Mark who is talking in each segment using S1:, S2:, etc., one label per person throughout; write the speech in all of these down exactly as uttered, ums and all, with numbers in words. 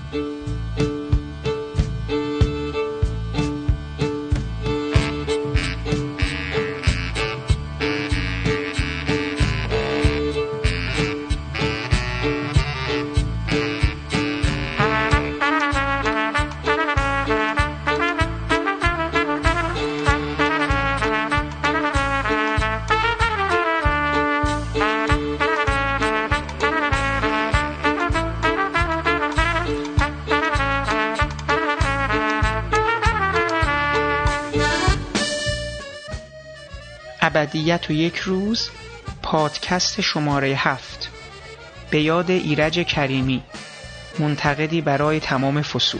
S1: ابدیت و یک روز، پادکست شماره هفت، به یاد ایرج کریمی، منتقدی برای تمام فصول.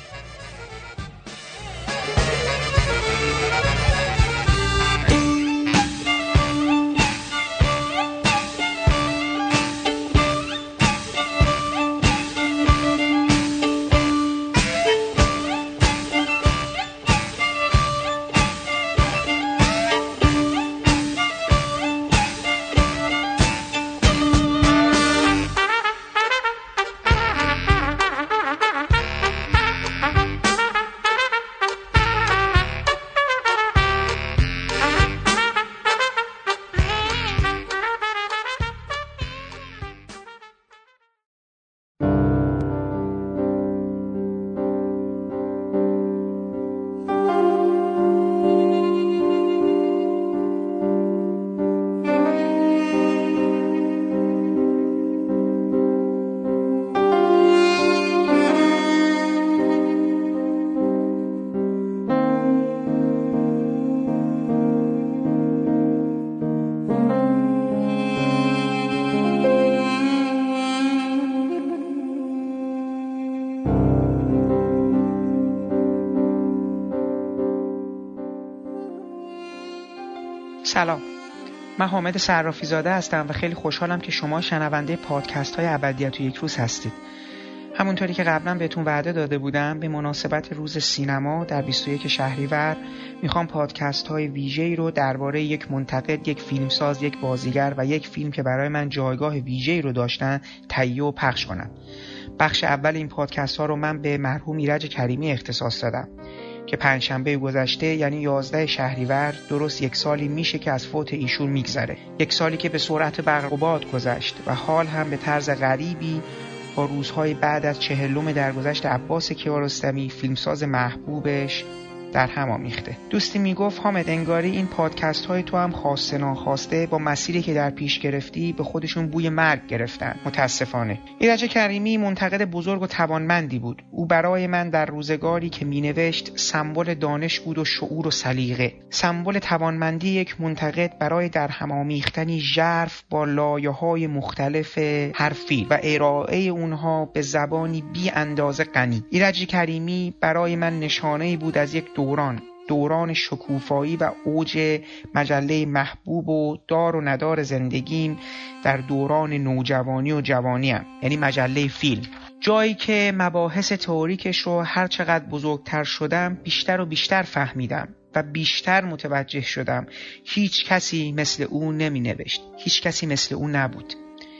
S1: سلام، من حامد صرافی زاده هستم و خیلی خوشحالم که شما شنونده پادکست های ابدیت و یک روز هستید. همونطوری که قبلا بهتون وعده داده بودم، به مناسبت روز سینما در بیست و یک شهریور میخوام پادکست های ویژه‌ای رو درباره یک منتقد، یک فیلمساز، یک بازیگر و یک فیلم که برای من جایگاه ویژه‌ای رو داشتن تهیه و پخش کنم. بخش اول این پادکست ها رو من به مرحوم ایرج کریمی اختصاص دادم که پنجشنبه گذشته یعنی یازده شهریور درست یک سالی میشه که از فوت ایشون میگذره. یک سالی که به سرعت برق و باد گذشت و حال هم به طرز غریبی با روزهای بعد از چهلم درگذشت عباس کیارستمی، فیلمساز محبوبش، در هم آمیخته. دوستی میگفت حامد انگاری این پادکست های تو هم خواسته ناخواسته با مسیری که در پیش گرفتی به خودشون بوی مرگ گرفتن. متاسفانه ایرج کریمی منتقد بزرگ و توانمندی بود. او برای من در روزگاری که مینوشت سمبل دانش بود و شعور و سلیقه، سمبل توانمندی یک منتقد برای در هم آمیختنی ژرف با لایه‌های مختلف حرفی و ارائه اونها به زبانی بی اندازه غنی. ایرج کریمی برای من نشانه‌ای بود از یک دوران دوران شکوفایی و اوج مجله محبوب و دار و ندار زندگیم در دوران نوجوانی و جوانیم، یعنی مجله فیلم. جایی که مباحث تئوریکش رو هر چقدر بزرگتر شدم بیشتر و بیشتر فهمیدم و بیشتر متوجه شدم هیچ کسی مثل او نمی نوشت، هیچ کسی مثل او نبود.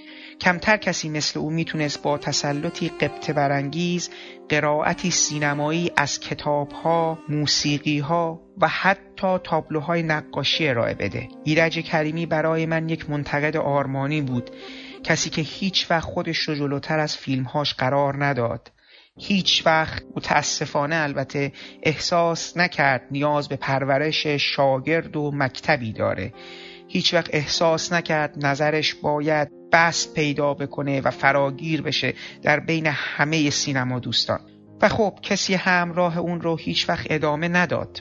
S1: کمتر کسی مثل او میتونست با تسلطی غبطه برانگیز قرائتی سینمایی از کتاب‌ها، موسیقی‌ها و حتی تابلوهای نقاشی ارائه بده. ایرج کریمی برای من یک منتقد آرمانی بود، کسی که هیچ وقت خودش رو جلوتر از فیلم‌هاش قرار نداد. هیچ وقت متاسفانه البته احساس نکرد نیاز به پرورش شاگرد و مکتبی داره. هیچ وقت احساس نکرد نظرش باید بست پیدا بکنه و فراگیر بشه در بین همه سینما دوستان. و خب کسی همراه اون رو هیچ وقت ادامه نداد.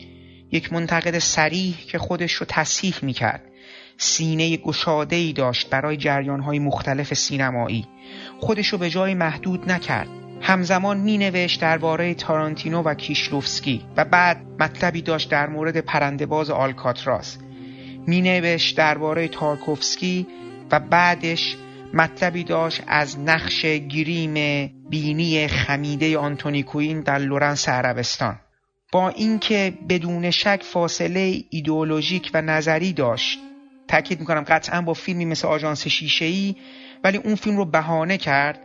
S1: یک منتقد صریح که خودش رو تصحیح میکرد، سینه گشاده‌ای داشت برای جریان‌های مختلف سینمایی، خودش رو به جای محدود نکرد. همزمان می نوشت درباره تارانتینو و کیشلوفسکی و بعد مطلبی داشت در مورد پرنده‌باز آلکاتراز. می نوشت درباره تارکوفسکی و بعدش مطلبی داشت از نقش گریم بینی خمیده آنتونی کوین در لورنس عربستان. با اینکه بدون شک فاصله ایدئولوژیک و نظری داشت، تأکید میکنم قطعا با فیلمی مثل آژانس شیشه‌ای، ولی اون فیلم رو بهانه کرد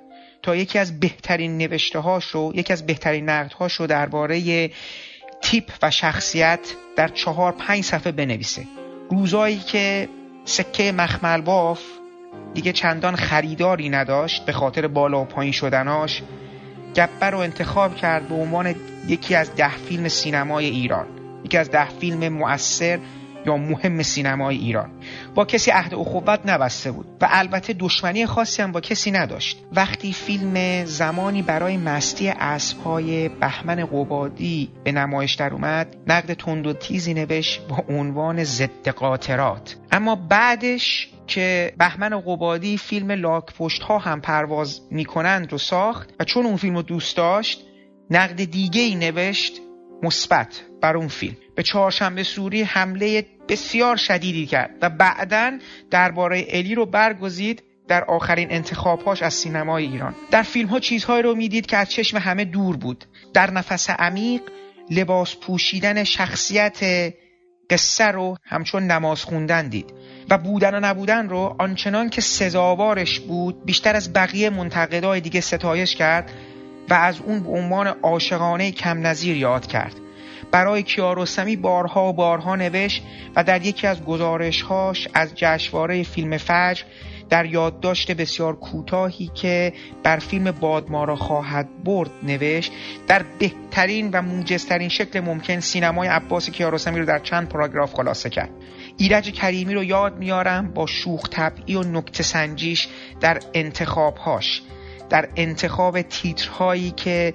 S1: تا یکی از بهترین نوشته‌هاش رو، یکی از بهترین نقدهاش رو درباره تیپ و شخصیت در چهار پنج صفحه بنویسه. روزایی که سکه مخمل باف دیگه چندان خریداری نداشت به خاطر بالا و پایین شدناش، گبر رو انتخاب کرد به عنوان یکی از ده فیلم سینمای ایران، یکی از ده فیلم مؤثر یا مهم سینمای ایران. با کسی عهد اخوت نبسته بود و البته دشمنی خاصی هم با کسی نداشت. وقتی فیلم زمانی برای مستی اسب‌های بهمن قبادی به نمایش در اومد، نقد تند و تیزی نوشت با عنوان ضد قاطرات. اما بعدش که بهمن قبادی فیلم لاک پشت ها هم پرواز میکنند رو ساخت و چون اون فیلم رو دوست داشت، نقد دیگه ای نوشت مثبت بر اون فیلم. به چهارشنبه سوری حمله بسیار شدیدی کرد و بعداً درباره الی رو برگزید در آخرین انتخابهاش از سینمای ایران. در فیلم ها چیزهایی رو میدید که از چشم همه دور بود. در نفس عمیق لباس پوشیدن شخصیت قصه رو همچون نماز خوندن دید و بودن و نبودن رو آنچنان که سزاوارش بود بیشتر از بقیه منتقدای دیگه ستایش کرد و از اون به عنوان عاشقانه کم نظیر یاد کرد. برای کیارستمی بارها و بارها نوشت و در یکی از گزارش‌هاش از جشنواره فیلم فجر در یادداشت بسیار کوتاهی که بر فیلم باد ما را خواهد برد نوشت، در بهترین و موجزترین شکل ممکن سینمای عباس کیارستمی رو در چند پاراگراف خلاصه کرد. ایرج کریمی رو یاد میارم با شوخ طبعی و نکته سنجیش در انتخابهاش، در انتخاب تیترهایی که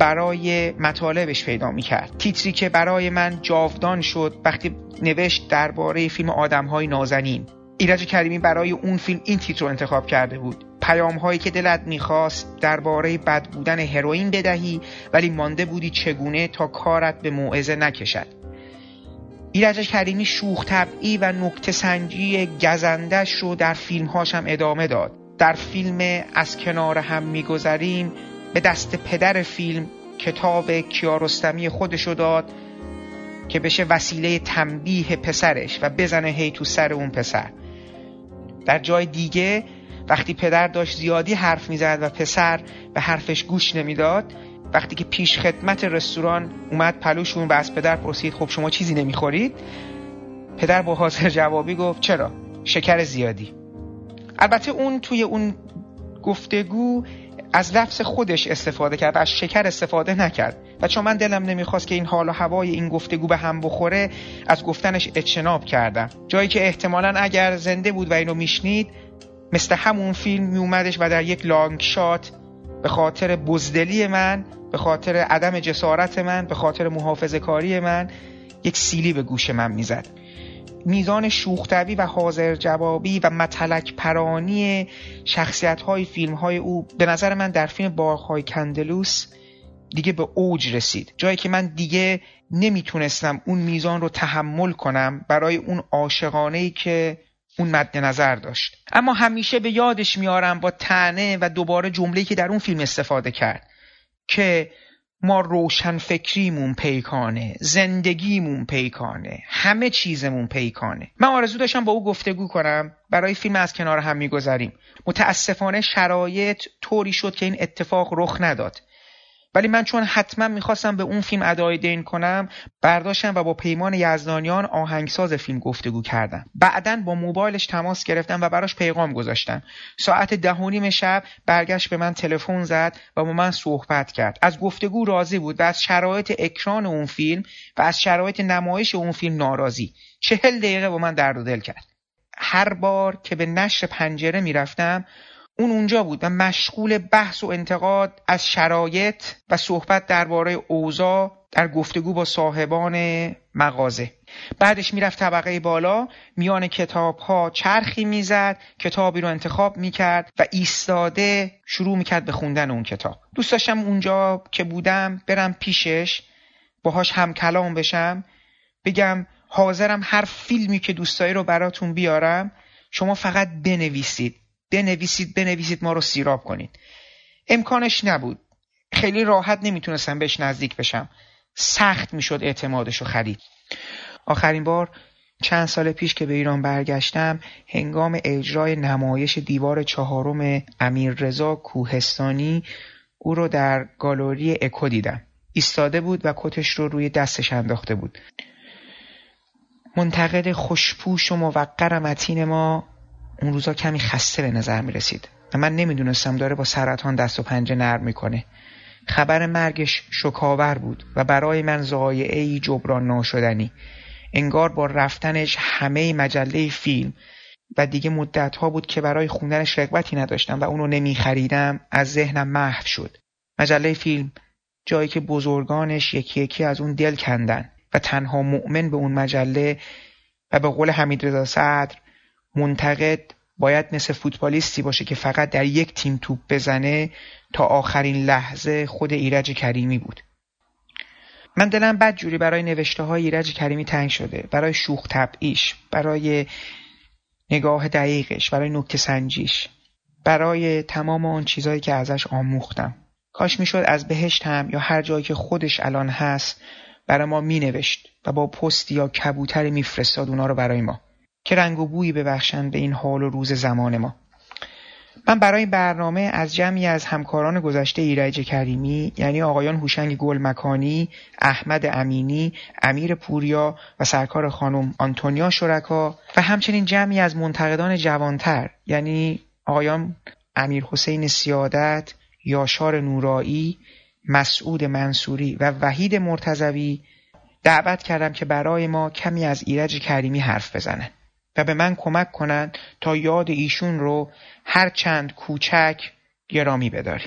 S1: برای مطالبش پیدا میکرد. تیتری که برای من جاودان شد وقتی نوشت درباره فیلم آدمهای نازنین. ایرج کریمی برای اون فیلم این تیتر رو انتخاب کرده بود: پیام‌هایی که دلت می‌خواست درباره بد بودن هروئین بدهی ولی مانده بودی چگونه تا کارت به موعظه نکشد. ایرج کریمی شوخ طبعی و نکته سنجی گزندش رو در فیلم‌هاش هم ادامه داد. در فیلم از کنار هم می‌گذریم به دست پدر فیلم کتاب کیارستمی خودشو داد که بشه وسیله تنبیه پسرش و بزنه هی تو سر اون پسر. در جای دیگه وقتی پدر داشت زیادی حرف میزد و پسر به حرفش گوش نمیداد، وقتی که پیش خدمت رستوران اومد پلوشون و از پدر پرسید خب شما چیزی نمیخورید؟ پدر با حاضر جوابی گفت چرا؟ شکر زیادی. البته اون توی اون گفتگو از لفظ خودش استفاده کرد و از شکر استفاده نکرد و چون من دلم نمیخواست که این حال و هوای این گفتگو به هم بخوره از گفتنش اجتناب کردم. جایی که احتمالاً اگر زنده بود و اینو میشنید مثل همون فیلم میومدش و در یک لانگ شات به خاطر بزدلی من، به خاطر عدم جسارت من، به خاطر محافظه کاری من یک سیلی به گوش من میزد. میزان شوخ‌طبعی و حاضر جوابی و متلک پرانی شخصیت‌های فیلم‌های او به نظر من در فیلم باغ‌های کندلوس دیگه به اوج رسید، جایی که من دیگه نمیتونستم اون میزان رو تحمل کنم برای اون عاشقانه‌ای که اون مد نظر داشت. اما همیشه به یادش میارم با طعنه و دوباره جمله‌ای که در اون فیلم استفاده کرد که ما روشن فکریمون پیکانه، زندگیمون پیکانه، همه چیزمون پیکانه. من آرزو داشتم با او گفتگو کنم برای فیلم از کنار هم میگذریم. متاسفانه شرایط طوری شد که این اتفاق رخ نداد. ولی من چون حتما میخواستم به اون فیلم ادای دین کنم، برداشتم و با پیمان یزدانیان آهنگساز فیلم گفتگو کردم. بعداً با موبایلش تماس گرفتم و براش پیغام گذاشتم. ساعت ده و نیم شب برگشت به من تلفن زد و با من صحبت کرد. از گفتگو راضی بود و از شرایط اکران اون فیلم و از شرایط نمایش اون فیلم ناراضی. چهل دقیقه با من درد و دل کرد. هر بار که به نشر پنجره میرفتم اون اونجا بود و مشغول بحث و انتقاد از شرایط و صحبت درباره اوضاع در گفتگو با صاحبان مغازه. بعدش میرفت طبقه بالا، میان کتاب‌ها چرخی میزد، کتابی رو انتخاب میکرد و ایستاده شروع میکرد به خوندن اون کتاب. دوست داشتم اونجا که بودم برم پیشش، باهاش هم کلام بشم، بگم حاضرم هر فیلمی که دوست داری رو براتون بیارم، شما فقط بنویسید بنویسید بنویسید ما رو سیراب کنید. امکانش نبود. خیلی راحت نمیتونستم بهش نزدیک بشم. سخت میشد اعتمادشو خرید. آخرین بار چند سال پیش که به ایران برگشتم، هنگام اجرای نمایش دیوار چهارم امیررضا کوهستانی او رو در گالری اکو دیدم. ایستاده بود و کتش رو روی دستش انداخته بود. منتقد خوشپوش و موقر متین ما اون روزا کمی خسته به نظر می رسید و من نمیدونستم داره با سرطان دست و پنجه نرم میکنه. خبر مرگش شوک‌آور بود و برای من ضایعه‌ای جبران ناشدنی. انگار با رفتنش همه مجله فیلم و دیگه مدت‌ها بود که برای خوندنش رغبتی نداشتم و اونو نمیخریدم از ذهنم محو شد. مجله فیلم، جایی که بزرگانش یکی یکی از اون دل کندن و تنها مؤمن به اون مجله و به قول حمیدرضا صدر منتقد باید مثل فوتبالیستی باشه که فقط در یک تیم توپ بزنه تا آخرین لحظه خود ایرج کریمی بود. من دلم بد جوری برای نوشته های ایرج کریمی تنگ شده، برای شوخ طبعیش، برای نگاه دقیقش، برای نکته سنجیش، برای تمام آن چیزایی که ازش آموختم. کاش میشد از بهشت هم یا هر جایی که خودش الان هست برای ما می نوشت و با پست یا کبوتر میفرستاد اونا رو برای ما که رنگ و بویی ببخشن به این حال و روز زمان ما. من برای این برنامه از جمعی از همکاران گذشته ایرج کریمی، یعنی آقایان هوشنگ گلمکانی، احمد امینی، امیر پوریا و سرکار خانم آنتونیا شرکا و همچنین جمعی از منتقدان جوانتر، یعنی آقایان امیر حسین سیادت، یاشار نورایی، مسعود منصوری و وحید مرتضوی دعوت کردم که برای ما کمی از ایرج کریمی حرف بزنن و به من کمک کنن تا یاد ایشون رو هر چند کوچک گرامی بداریم.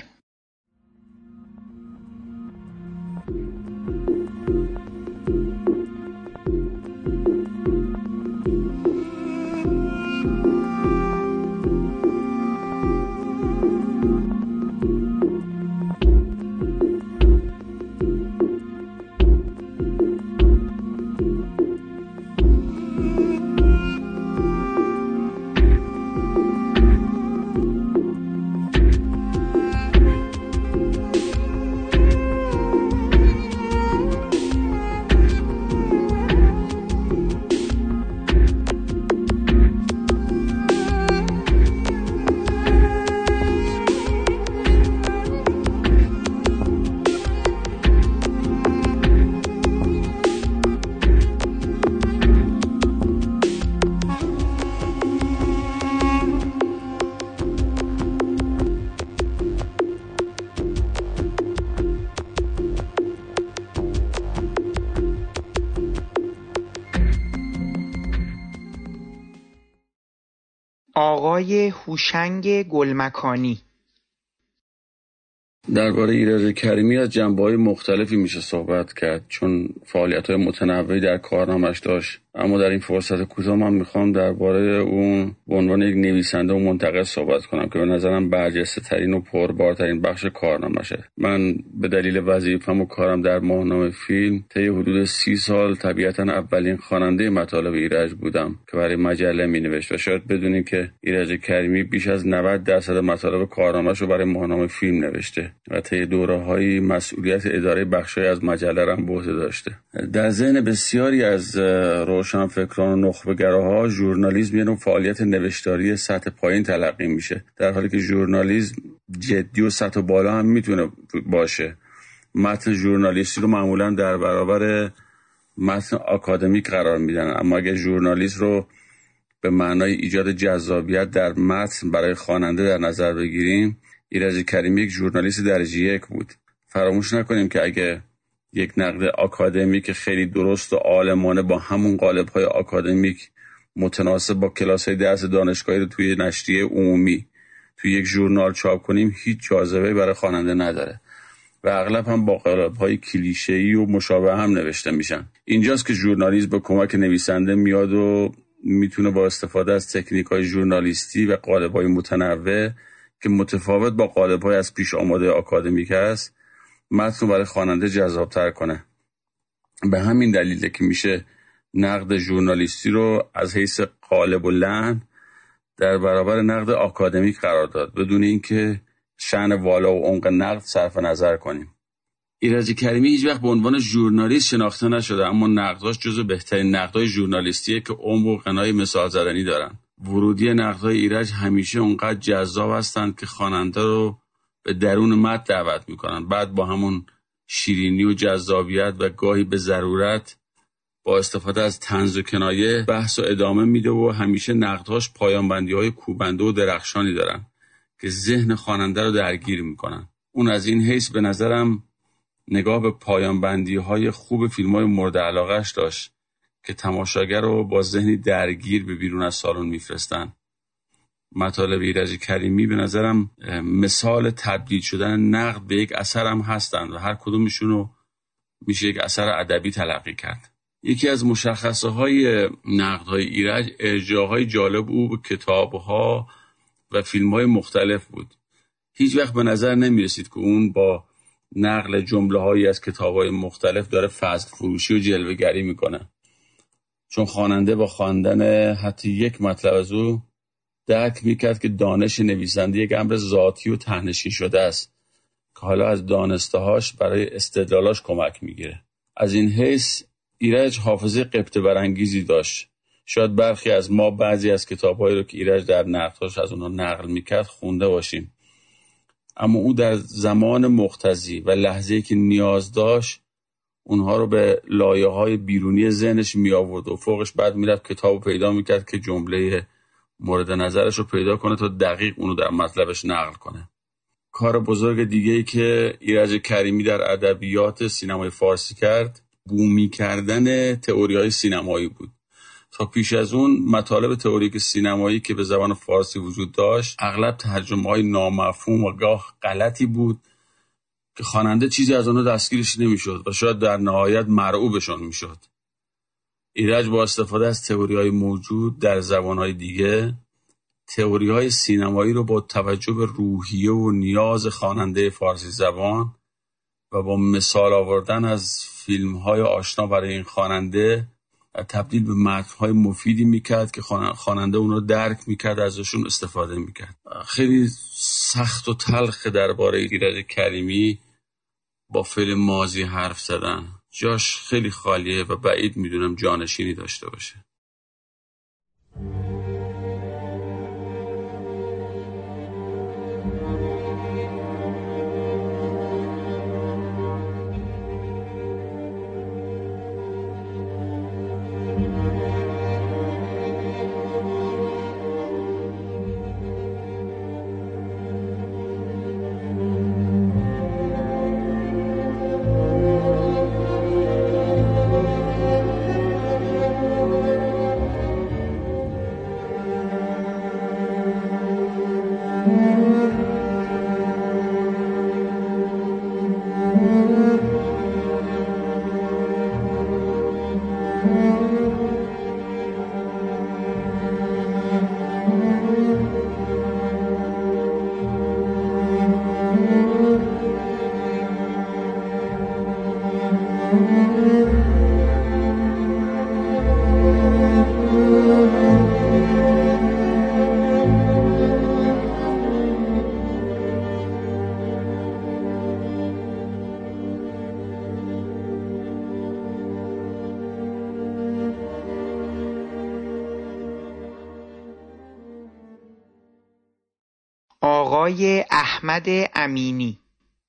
S1: آقای هوشنگ گلمکانی:
S2: درباره ایرج کریمی از جنبه‌های مختلفی میشه صحبت کرد، چون فعالیت‌های متنوعی در کارنامه‌اش داشت. اما در این فرصت کوتاه من میخوام درباره اون به عنوان یک نویسنده و منتقد صحبت کنم که به نظرم برجسته‌ترین و پربارترین بخش کارنامه‌شه. من به دلیل وظیفه‌م و کارم در ماهنامه فیلم طی حدود سی سال طبیعتاً اولین خواننده مطالب ایرج بودم که برای مجله مینوشت و شاید بدونین که ایرج کریمی بیش از نود درصد مطالب کارنامه‌اش رو برای ماهنامه فیلم نوشته و طی دوره‌های مسئولیت اداره بخشای از مجله را به عهده داشته. در ذهن بسیاری از روشنفکران و نخبه‌گراها ژورنالیسم یه نوع فعالیت نوشتاری سطح پایین تلقی میشه، در حالی که ژورنالیسم جدی و سطح بالا هم میتونه باشه. متن ژورنالیستی رو معمولا در برابر متن آکادمیک قرار میدن، اما اگه ژورنالیسم رو به معنای ایجاد جذابیت در متن برای خواننده در نظر بگیریم، ایرج کریمی یک ژورنالیست درجه یک بود. فراموش نکنیم که اگه یک نقد آکادمیک خیلی درست و عالمانه با همون قالب‌های آکادمیک متناسب با کلاس‌های درس دانشگاهی رو توی نشریه عمومی توی یک ژورنال چاپ کنیم، هیچ جاذبه‌ای برای خواننده نداره و اغلب هم با قالب‌های کلیشه‌ای و مشابه هم نوشته میشن. اینجاست که ژورنالیسم به کمک نویسنده میاد و میتونه با استفاده از تکنیک‌های ژورنالیستی و قالب‌های متنوع که متفاوت با قالب‌های از پیش آماده آکادمیک است، متن رو برای خواننده جذاب‌تر کنه. به همین دلیله که میشه نقد ژورنالیستی رو از حیث قالب و لحن در برابر نقد آکادمیک قرار داد، بدون اینکه شأن والا و عمق نقد صرف نظر کنیم. ایرج کریمی هیچ وقت به عنوان ژورنالیست شناخته نشده، اما نقداش جزو بهترین نقدای ژورنالیستیه که عمق و غنای مثال زدنی دارن. ورودی نقدای ایرج همیشه اونقدر جذاب هستند که خواننده رو به درون متن دعوت میکنن. بعد با همون شیرینی و جذابیت و گاهی به ضرورت با استفاده از طنز و کنایه بحث و ادامه میده و همیشه نقدهاش پایان‌بندی‌های کوبنده و درخشانی دارن که ذهن خواننده رو درگیر میکنن. اون از این حیث به نظرم نگاه به پایان‌بندی‌های خوب فیلم‌های مورد علاقه‌اش داشت که تماشاگر رو با ذهنی درگیر به بیرون از سالن میفرستن. مطالب ایرج کریمی به نظرم مثال تبدیل شدن نقد به یک اثر هم هستند و هر کدومشون رو میشه یک اثر ادبی تلقی کرد. یکی از مشخصه های نقد های ایرج ارجاعهای جالب او به کتاب ها و فیلم های مختلف بود. هیچ وقت به نظر نمی رسید که اون با نقل جمله هایی از کتاب های مختلف داره فصل فروشی و جلوه‌گری میکنه، چون خواننده با خواندن حتی یک مطلب از او درک میکرد که دانش نویسنده یک امر ذاتی و ته‌نشین شده است که حالا از دانسته‌هاش برای استدلالاش کمک میگیره. از این حیث ایرج حافظه غبطه برانگیزی داشت. شاید برخی از ما بعضی از کتاب‌هایی رو که ایرج در نقدش از اونها نقل میکرد خونده باشیم، اما او در زمان مقتضی و لحظه‌ای که نیاز داشت اونها رو به لایه‌های بیرونی ذهنش می آورد و فوقش بعد میرفت کتابو پیدا میکرد که جمله مورد نظرش رو پیدا کنه تا دقیق اونو در مطلبش نقل کنه. کار بزرگ دیگه‌ای که ایرج کریمی در ادبیات سینمای فارسی کرد بومی کردن تئوری‌های سینمایی بود. تا پیش از اون مطالب تئوریک سینمایی که به زبان فارسی وجود داشت اغلب ترجمه‌های نامفهوم و گاه غلطی بود که خواننده چیزی از اونها دستگیرش نمیشد و شاید در نهایت مرعوبشون میشد. ایرج با استفاده از تئوری‌های موجود در زبان‌های دیگه تئوری‌های سینمایی رو با توجه به روحیه و نیاز خواننده فارسی زبان و با مثال آوردن از فیلم‌های آشنا برای این خواننده تبدیل به متن‌های مفیدی میکرد که خواننده اون رو درک میکرد، ازشون استفاده میکرد. خیلی سخت و تلخ درباره ایرج کریمی با فعل ماضی حرف زدن. جاش خیلی خالیه و بعید میدونم جانشینی داشته باشه.
S1: آقای احمد امینی.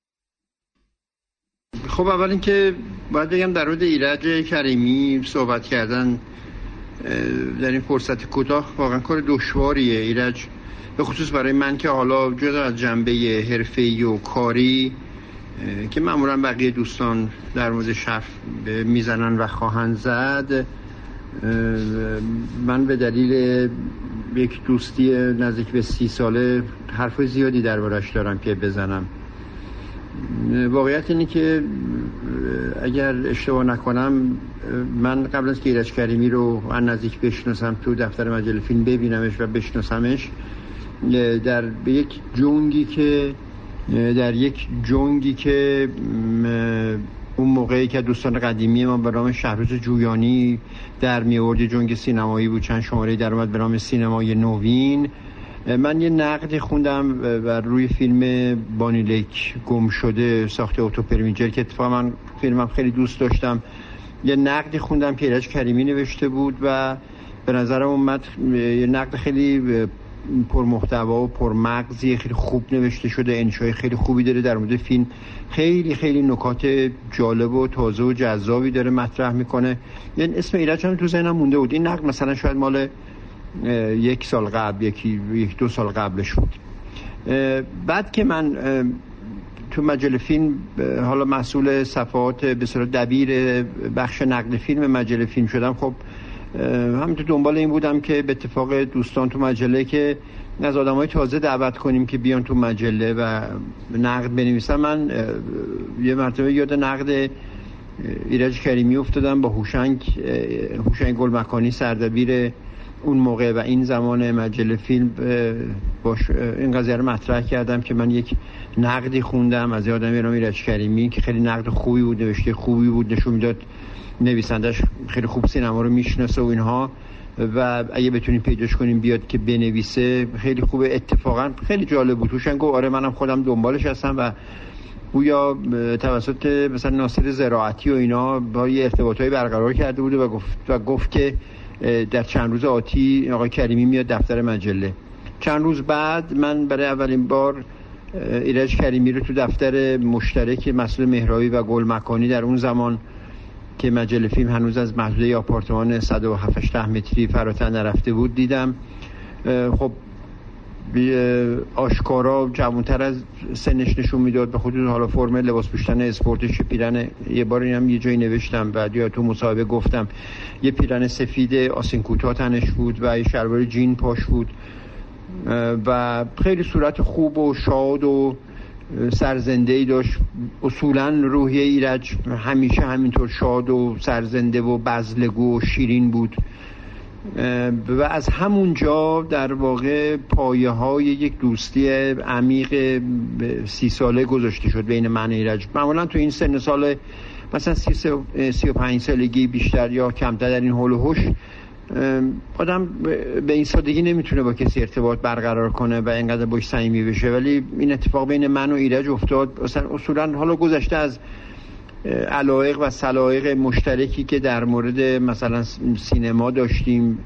S3: خب اول اینکه باید بگم در مورد ایرج کریمی صحبت کردن در این فرصت کوتاه واقعا کار دشواریه. ایرج به خصوص برای من که حالا جدا از جنبه حرفه‌ای و کاری که معمولا بقیه دوستان در مورد حرف میزنن و خواهند زد، من به دلیل یک دوستی نزدیک به سی ساله حرف زیادی دربارش دارم که بزنم. واقعیت اینه که اگر اشتباه نکنم من قبل از که ایرج کریمی رو از نزدیک بشناسم، تو دفتر مجله فیلم ببینمش و بشناسمش، در به یک جنگی که در یک جنگی که اون موقعی که دوستان قدیمی ما به نام شهروز جویانی در میورد، جنگ سینمایی بود، چند شماره در اومد به نام سینمای نوین، من یه نقدی خوندم بر روی فیلم بانیلیک گم شده ساخته اوتو پرمیجر که اتفاقا من فیلمم خیلی دوست داشتم. یه نقدی خوندم که ایرج کریمی نوشته بود و به نظرم اومد یه نقد خیلی پرمحتوا و پرمغزی، خیلی خوب نوشته شده، انشای خیلی خوبی داره در مورد فیلم، خیلی خیلی نکات جالب و تازه و جذابی داره مطرح میکنه. یعنی اسم ایرج هم تو ذهنم مونده بود. این نقد مثلا شاید مال یک سال قبل یکی یک دو سال قبلش بود. بعد که من تو مجله فیلم حالا مسئول صفحات به صورت دبیر بخش نقد فیلم مجله فیلم شدم، خب هم تو دنبال این بودم که به اتفاق دوستان تو مجله که از آدمای تازه دعوت کنیم که بیان تو مجله و نقد بنویسن. من یه مرتبه یاد نقد ایرج کریمی افتادم با هوشنگ هوشنگ گلمکانی سردبیر اون موقع و این زمان مجله فیلم باش این قضیه رو مطرح کردم که من یک نقدی خوندم از آدمی نام ایرج کریمی که خیلی نقد خوبی بود، نوشته خوبی بود، نشون میداد نویسندش خیلی خوب سینما رو میشناسه و اینها و اگه بتونیم پیداش کنیم بیاد که بنویسه خیلی خوبه. اتفاقا خیلی جالب بود. هوشنگ گفت آره منم خودم دنبالش هستم و گویا توسط مثلا ناصر زراعتی و اینا با یه ارتباطایی برقرار کرده بود و گفت و گفت که در چند روز آتی آقای کریمی میاد دفتر مجله. چند روز بعد من برای اولین بار ایرج کریمی رو تو دفتر مشترک مسئول مهرابی و گلمکانی در اون زمان که مجله فیلم هنوز از محدوده آپارتمان صد و هفت متری فراتر نرفته بود دیدم. خب آشکارا جوانتر از سنش نشون میداد، به خصوص حالا فرم لباس پوشیدن اسپورتش، پیرن یه بار اینم یه جایی نوشتم بعد یا تو مصاحبه گفتم یه پیرن سفید آستین کوتاه تنش بود و یه شلوار جین پاش بود و خیلی صورت خوب و شاد و سرزنده‌ای داشت. اصولا روحیه ایرج همیشه همینطور شاد و سرزنده و بزلگو و شیرین بود و از همونجا در واقع پایه های یک دوستی عمیق سی ساله گذاشته شد بین من و ایرج. معمولا تو این سن سال مثلا سی و پنج سالگی بیشتر یا کمتر در این حول و حوش آدم به این سادگی نمیتونه با کسی ارتباط برقرار کنه و اینقدر باش صمیمی بشه، ولی این اتفاق بین من و ایرج افتاد. مثلا اصولا حالا گذشته از علایق و سلایق مشترکی که در مورد مثلا سینما داشتیم،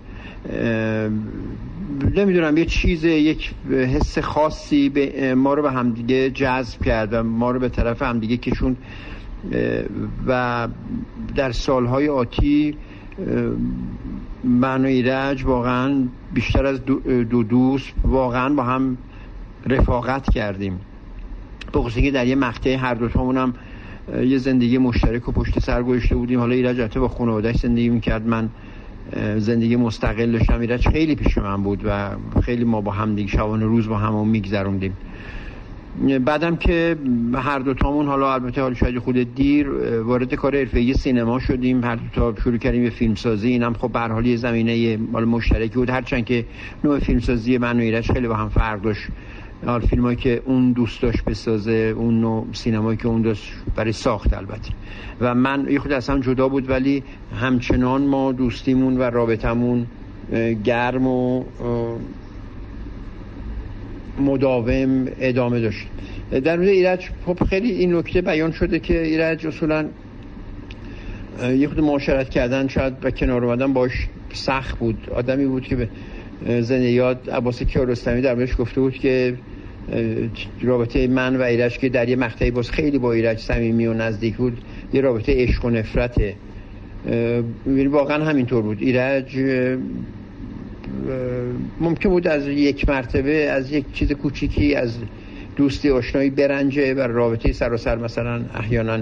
S3: نمیدونم یه چیز یک حس خاصی به ما رو به همدیگه جذب کرد و ما رو به طرف همدیگه کشوند و در سالهای آتی من و ایرج واقعا بیشتر از دو, دو دوست واقعا با هم رفاقت کردیم. بخصوصی که در یه مقطع هر دوتامون هم یه زندگی مشترک و پشت سر گذاشته بودیم. حالا ایرج البته با خانواده‌اش زندگی می‌کرد، من زندگی مستقل داشتم. ایرج خیلی پیش من بود و خیلی ما با هم دیگه شبانه روز با هم میگذروندیم. بعدم که هر دوتامون حالا البته حالا شاید خود دیر وارد کار حرفه‌ای سینما شدیم، هر دو تا شروع کردیم به فیلمسازی. اینم خب به هر حال یه زمینه مال مشترکی بود، هرچند که نوع فیلمسازی من و ایرج خیلی با هم فرق داشت. حال فیلمایی که اون دوست داشت بسازه، اون نوع سینمایی که اون داشت برای ساخت البته، و من یه خود از هم جدا بود، ولی همچنان ما دوستیمون و رابطمون گرم و مداوم ادامه داشت. در مورد ایرج خب خیلی این نکته بیان شده که ایرج اصولا یه خود معاشرت کردن شاید و کنار اومدن باش سخت بود. آدمی بود که به زندیات عباس کیارستمی در موردش گفته بود که رابطه من و ایرج که در یه مقطعی باز خیلی با ایرج صمیمی و نزدیک بود، یه رابطه عشق و نفرته. واقعا همینطور بود. ایرج ممکن بود از یک مرتبه از یک چیز کوچیکی از دوستی آشنایی برنجه و رابطه سراسر مثلا احیانا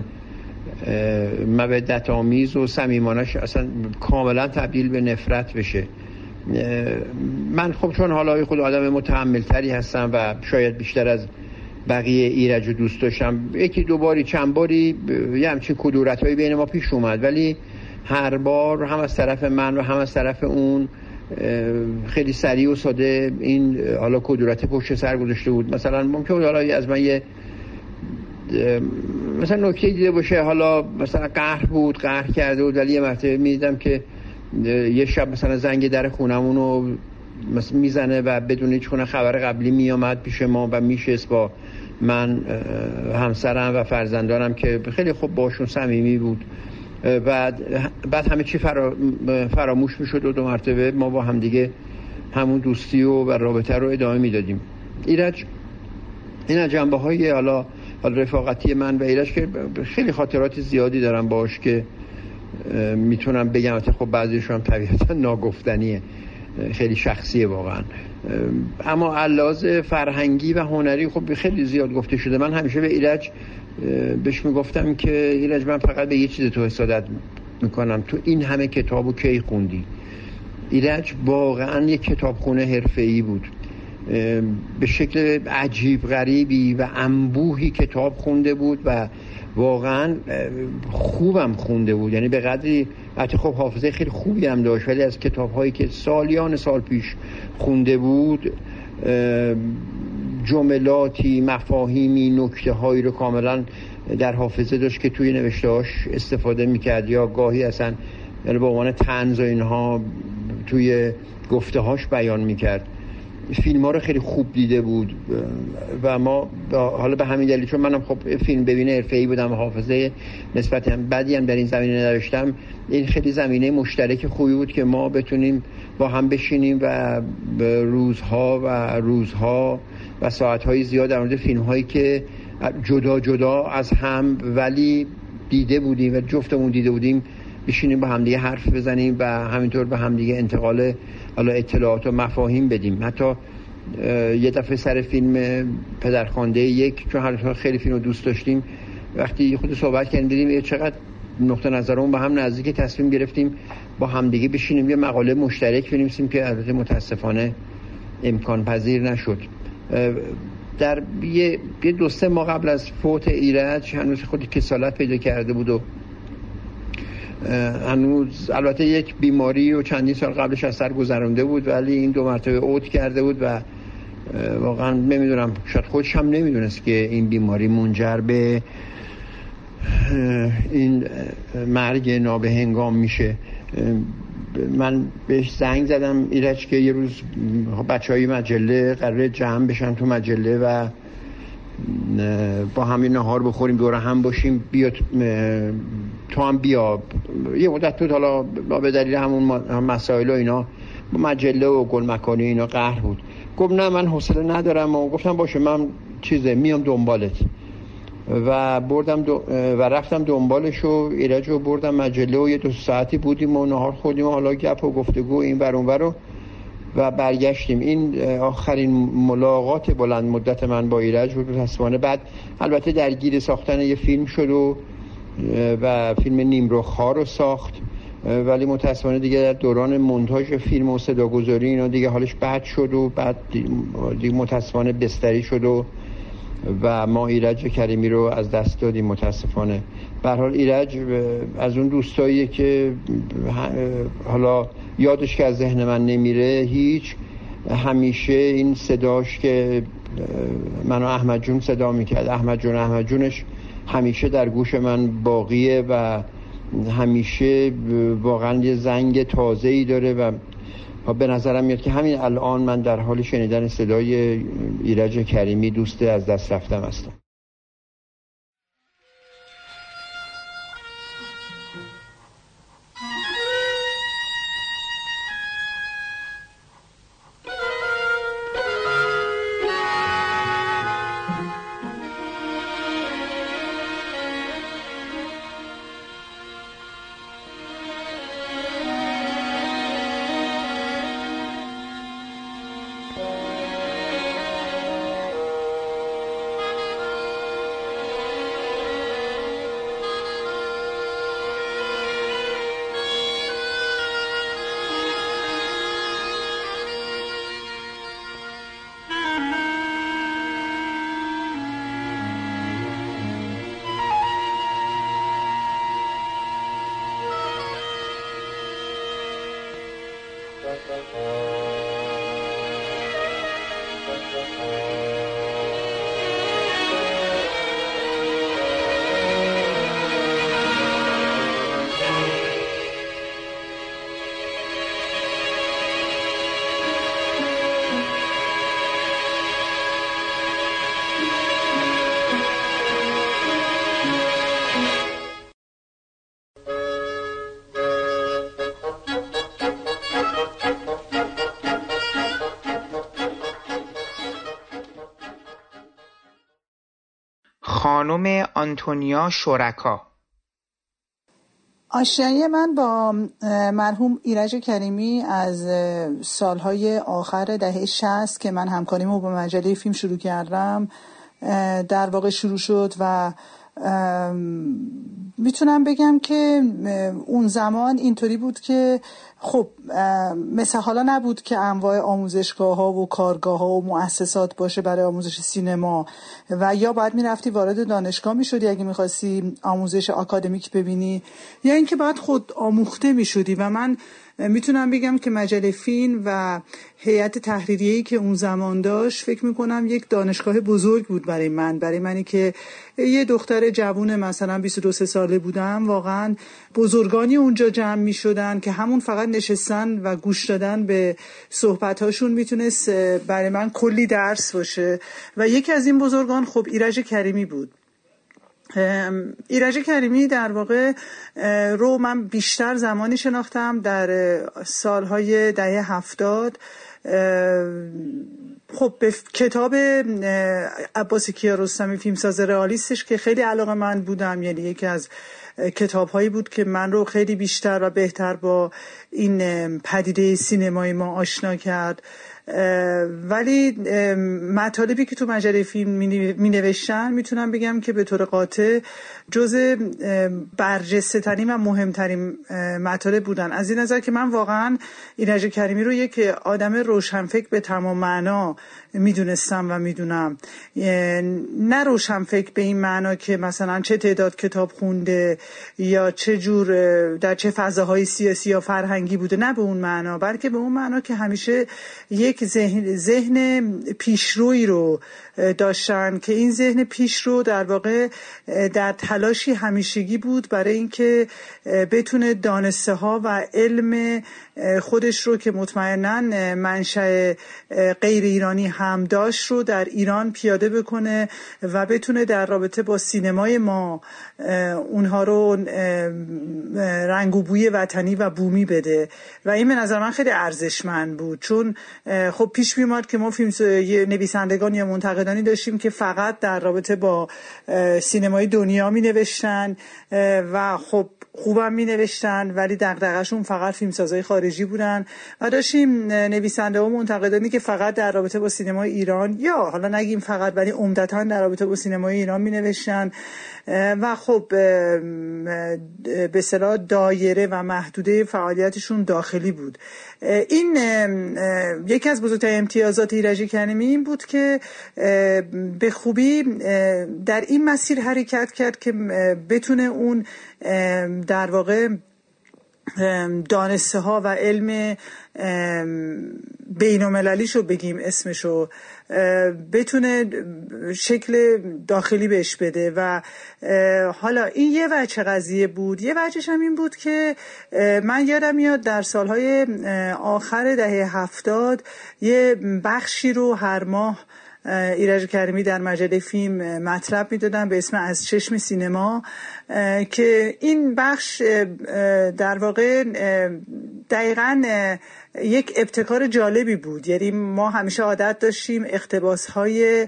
S3: مودت آمیز و صمیمانش اصلا کاملا تبدیل به نفرت بشه. من خب چون حالا خود آدم متحمل تری هستم و شاید بیشتر از بقیه ایرج رو دوست داشتم، یکی دو باری چند باری یه همچین کدورت هایی بین ما پیش اومد، ولی هر بار هم از طرف من و هم از طرف اون خیلی سریع و ساده این حالا کدورت پشت سر گذاشته بود. مثلا ممکن بود حالا از من یه مثلا نکته دیده باشه، حالا مثلا قهر بود، قهر کرده بود، ولی یه مرتبه میدیدم که یه شب مثلا زنگ در خونمون رو مثلا میزنه و بدون هیچ گونه خبر قبلی میامد پیش ما و میشست با من، همسرم و فرزندانم که خیلی خوب باشون صمیمی بود. بعد بعد همه چی فرا فراموش میشد و دو مرتبه ما با هم دیگه همون دوستی و, و رابطه رو ادامه میدادیم. ایرج این از جنبه‌های حالا رفاقتی من و ایرج که خیلی خاطرات زیادی دارم باش که میتونم بگم، البته خب بعضیش هم طبیعتا ناگفتنیه، خیلی شخصیه واقعا، اما علاوه فرهنگی و هنری خب خیلی زیاد گفته شده. من همیشه به ایرج بهش میگفتم که ایرج من فقط به یه چیز تو حسادت میکنم، تو این همه کتابو کی خوندی؟ ایرج واقعا یک کتابخونه حرفه‌ای بود، به شکل عجیب غریبی و انبوهی کتاب خونده بود و واقعا خوبم خونده بود، یعنی به قدری حتی خب حافظه خیلی خوبی هم داشت، ولی از کتاب‌هایی که سالیان سال پیش خونده بود جملاتی، مفاهیمی، نکته‌هایی رو کاملا در حافظه داشت که توی نوشته‌هاش استفاده می‌کرد یا گاهی اصلا یعنی به عنوان طنز و اینها توی گفته‌هاش بیان می‌کرد. فیلم ها رو خیلی خوب دیده بود و ما حالا به همین دلیل، چون منم خب فیلم ببینه حرفه‌ای بودم و حافظه نسبتاً بدی هم در این زمینه نداشتم، این خیلی زمینه مشترک خوبی بود که ما بتونیم با هم بشینیم و روزها و روزها و ساعتهای زیاد در مورد فیلم هایی که جدا جدا از هم ولی دیده بودیم و جفتمون دیده بودیم بشینیم با همدیگه حرف بزنیم و همینطور به همدیگه انتقال حالا اطلاعات و مفاهیم بدیم. حتی یه دفعه سر فیلم پدرخوانده یک، چون هر خیلی فیلم رو دوست داشتیم، وقتی خود صحبت کردیم دیدیم چقدر نقطه نظرمون به هم نزدیک، تصمیم گرفتیم با همدیگه بشینیم یه مقاله مشترک بنویسیم که البته متاسفانه امکان پذیر نشد. در یه دو سه ماه قبل از فوت ایرج هنوز خودی کسالت پیدا کرده بود و هنوز البته یک بیماری و چندین سال قبلش از سر گذرانده بود، ولی این دو مرتبه عود کرده بود و واقعا نمیدونم، شاید خودش هم نمیدونست که این بیماری منجر به این مرگ نابهنگام میشه. من بهش زنگ زدم ایرج که یه روز بچهای مجله قراره جمع بشن تو مجله و با همین نهار بخوریم دور هم باشیم، بیا تو هم بیا. یه مدت تو حالا به دلیل همون مسائل و اینا مجله و گل مکانی اینا قهر بود. گفت نه من حوصله ندارم و گفتم باشه من چیزه میام دنبالت و بردم دو و رفتم دنبالش و ایرج رو بردم مجله و یه دو ساعتی بودیم و نهار خوردیم و حالا گپ و گفتگو این ور اون ور و برگشتیم. این آخرین ملاقات بلند مدت من با ایرج بود متأسفانه. بعد البته درگیر ساختن یه فیلم شد و و فیلم نیمرخ‌ها رو ساخت، ولی متأسفانه دیگه در دوران مونتاژ فیلم و صداگذاری اینا دیگه حالش بد شد و بعد دیگه متأسفانه بستری شد و و ما ایرج کریمی رو از دست دادیم متأسفانه. به هر حال ایرج از اون دوستاییه که حالا یادش که از ذهن من نمیره هیچ، همیشه این صداش که منو احمد جون صدا میکرد، احمد جون احمد جونش همیشه در گوش من باقیه و همیشه واقعا یه زنگ تازه‌ای داره و به نظرم میاد که همین الان من در حال شنیدن صدای ایرج کریمی دوست از دست رفتم هستم.
S1: خانم آنتونیا شرکا.
S4: آشنایی من با مرحوم ایرج کریمی از سالهای آخر دهه شصت که من همکاریمو با مجله فیلم شروع کردم در واقع شروع شد و میتونم بگم که اون زمان اینطوری بود که خب مثل حالا نبود که انواع آموزشگاه ها و کارگاه ها و مؤسسات باشه برای آموزش سینما و یا باید میرفتی وارد دانشگاه میشدی اگه میخواستی آموزش آکادمیک ببینی یا اینکه باید خود آموخته میشدی. و من میتونم بگم که مجله فیلم و هیئت تحریریه‌ای که اون زمان داشت فکر میکنم یک دانشگاه بزرگ بود برای من برای منی که یه دختر جوون مثلا بیست و دو ساله بودم. واقعا بزرگانی اونجا جمع میشدن که همون فقط نشستن و گوش دادن به صحبتاشون میتونست برای من کلی درس باشه و یکی از این بزرگان خب ایرج کریمی بود. ایرج کریمی در واقع رو من بیشتر زمانی شناختم در سالهای دهه هفتاد. خب به کتاب عباس کیارستمی فیلمساز رئالیستش که خیلی علاقه من بودم، یعنی یکی از کتاب هایی بود که من رو خیلی بیشتر و بهتر با این پدیده سینمای ما آشنا کرد. ولی مطالبی که تو مجله فیلم می نوشتن میتونم بگم که به طور قاطع جزء برجسته ترین و مهمترین مطالب بودن، از این نظر که من واقعا ایرج کریمی رو یک آدم روشنفکر به تمام معنا میدونستم و میدونم. نه روشنفکر به این معنا که مثلا چه تعداد کتاب خونده یا چه جور در چه فضاهای سیاسی یا فرهنگی بوده، نه به اون معنا، بلکه به اون معنا که همیشه یک ذهن ذهن پیشرویی رو داشتن که این ذهن پیشرو در واقع در تلاشی همیشگی بود برای اینکه بتونه دانسته ها و علم خودش رو که مطمئناً منشأ غیر ایرانی هم داشت رو در ایران پیاده بکنه و بتونه در رابطه با سینمای ما اونها رو رنگ و بوی وطنی و بومی بده و این به نظر من خیلی ارزشمند بود. چون خب پیش میومد که ما فیلم نویسندگان یا منتقدانی داشتیم که فقط در رابطه با سینمای دنیا می نوشتن و خب خوبم می نوشتن ولی دغدغه‌شون فقط فیلمسازهای خارجی بودن و داشتیم نویسنده و منتقدانی که فقط در رابطه با سینمای ایران یا حالا نگیم فقط ولی عمدتاً در رابطه با سینمای ایران می نوشتن و خب به اصطلاح دایره و محدوده فعالیتشون داخلی بود. این یکی از بزرگترین امتیازات ایرج کریمی این بود که به خوبی در این مسیر حرکت کرد که بتونه اون در واقع دانسته ها و علم بین‌المللیشو بگیم اسمشو بتونه شکل داخلی بهش بده و حالا این یه وجه قضیه بود. یه وجهش هم این بود که من یادم میاد در سالهای آخر دهه هفتاد یه بخشی رو هر ماه ایرج کریمی در مجله فیلم مطلب میدادن به اسم از چشم سینما که این بخش در واقع دقیقاً یک ابتکار جالبی بود. یعنی ما همیشه عادت داشتیم اقتباس‌های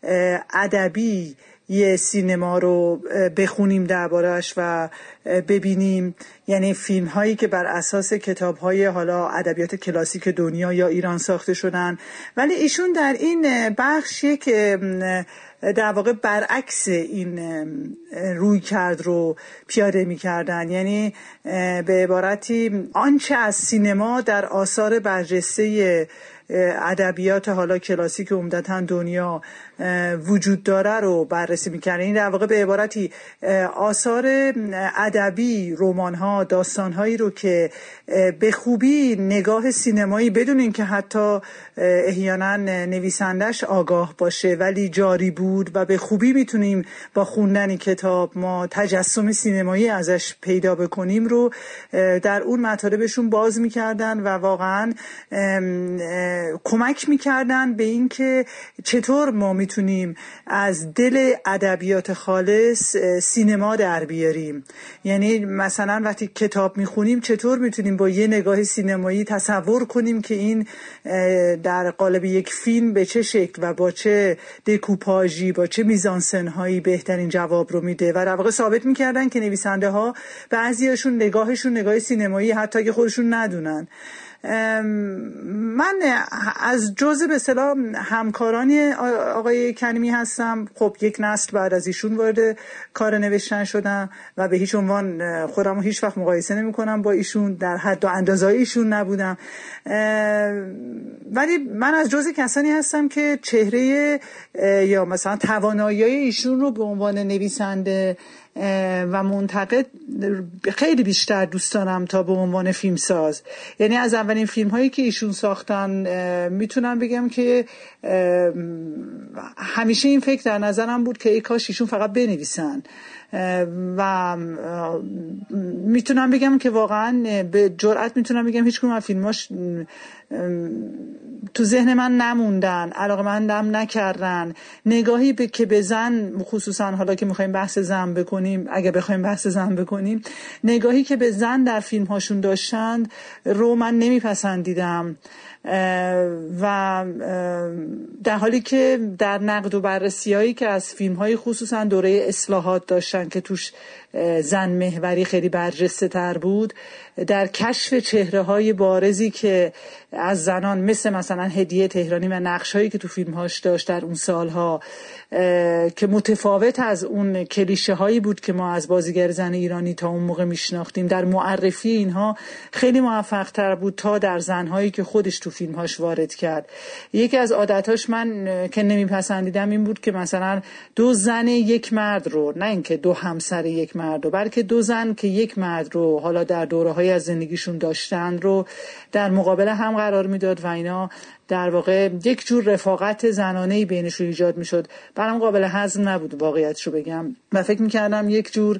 S4: ادبی یه سینما رو بخونیم دربارش و ببینیم، یعنی فیلم هایی که بر اساس کتاب های حالا ادبیات کلاسیک دنیا یا ایران ساخته شدن، ولی ایشون در این بخش یک در واقع برعکس این روی کرد رو پیاده می کردن. یعنی به عبارتی آنچه از سینما در آثار برجسته ادبیات حالا کلاسیک عمدتاً دنیا وجود داره رو بررسی می‌کنه. این در واقع به عبارتی آثار ادبی، رمان‌ها، داستان‌هایی رو که به خوبی نگاه سینمایی بدون اینکه حتی احیانا نویسندش آگاه باشه ولی جاری بود و به خوبی میتونیم با خوندن کتاب ما تجسم سینمایی ازش پیدا بکنیم رو در اون مطالبشون باز می‌کردن و واقعاً کمک میکردن به این که چطور ما میتونیم از دل ادبیات خالص سینما در بیاریم. یعنی مثلا وقتی کتاب میخونیم چطور میتونیم با یه نگاه سینمایی تصور کنیم که این در قالب یک فیلم به چه شکل و با چه دکوپاژی با چه میزانسن هایی بهترین جواب رو میده. و در واقع ثابت میکردن که نویسنده ها بعضیاشون نگاهشون نگاه سینمایی حتی که خودشون ندونن. من از جزء به اصطلاح همکاران آقای کریمی هستم. خب یک نسل بعد از ایشون وارد کار نوشتن شدم و به هیچ عنوان خودم رو هیچ وقت مقایسه نمی کنم با ایشون، در حد و اندازه ایشون نبودم، ولی من از جزء کسانی هستم که چهره یا مثلا توانایی ایشون رو به عنوان نویسنده و منتقد خیلی بیشتر دوست دارم تا به عنوان فیلمساز. یعنی از اولین فیلم هایی که ایشون ساختن میتونم بگم که همیشه این فکر در نظرم بود که ای کاش ایشون فقط بنویسن و میتونم بگم که واقعا به جرئت میتونم بگم هیچ کدوم از فیلماش تو ذهن من نموندن، علاقه‌مندم نکردن. نگاهی به که به زن، خصوصا حالا که میخوایم بحث زن بکنیم، اگه بخوایم بحث زن بکنیم، نگاهی که به زن در فیلم هاشون داشتند رو من نمیپسندیدم و در حالی که در نقد و بررسی هایی که از فیلم های خصوصا دوره اصلاحات داشتن که توش زن محوری خیلی برجسته تر بود، در کشف چهره های بارزی که از زنان مثل مثلا هدیه تهرانی و نقش هایی که تو فیلم هاش داشت در اون سالها که متفاوت از اون کلیشه هایی بود که ما از بازیگر زن ایرانی تا اون موقع میشناختیم، در معرفی اینها خیلی موفق تر بود تا در زنهایی که خودش تو فیلم هاش وارد کرد. یکی از عادتاش من که نمیپسندیدم این بود که مثلا دو زن یک مرد رو، نه اینکه دو همسر یک مرد رو، بلکه دو زن که یک مرد رو حالا در دوره‌های از زندگیشون داشتن رو در مقابل هم قرار میداد و اینا در واقع یک جور رفاقت زنانه‌ای بینشون ایجاد میشد. برام قابل هضم نبود واقعیتشو بگم و فکر میکردم یک جور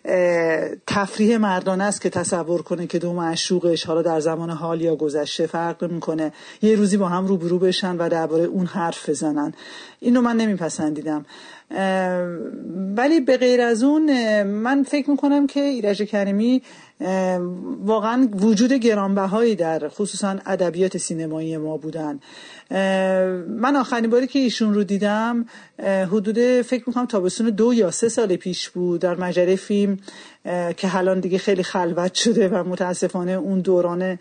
S4: تفریح مردانه است که تصور کنه که دو معشوقش حالا در زمان حال یا گذشته فرق میکنه یه روزی با هم روبرو بشن و درباره اون حرف بزنن. اینو من نمیپسندیدم. ولی به غیر از اون من فکر میکنم که ایرج کریمی واقعا وجود گرانبهایی در خصوصا ادبیات سینمایی ما بودن. من آخرین باری که ایشون رو دیدم حدود فکر میکنم تابستون دو یا سه سال پیش بود در مجله فیلم که الان دیگه خیلی خلوت شده و متاسفانه اون دوران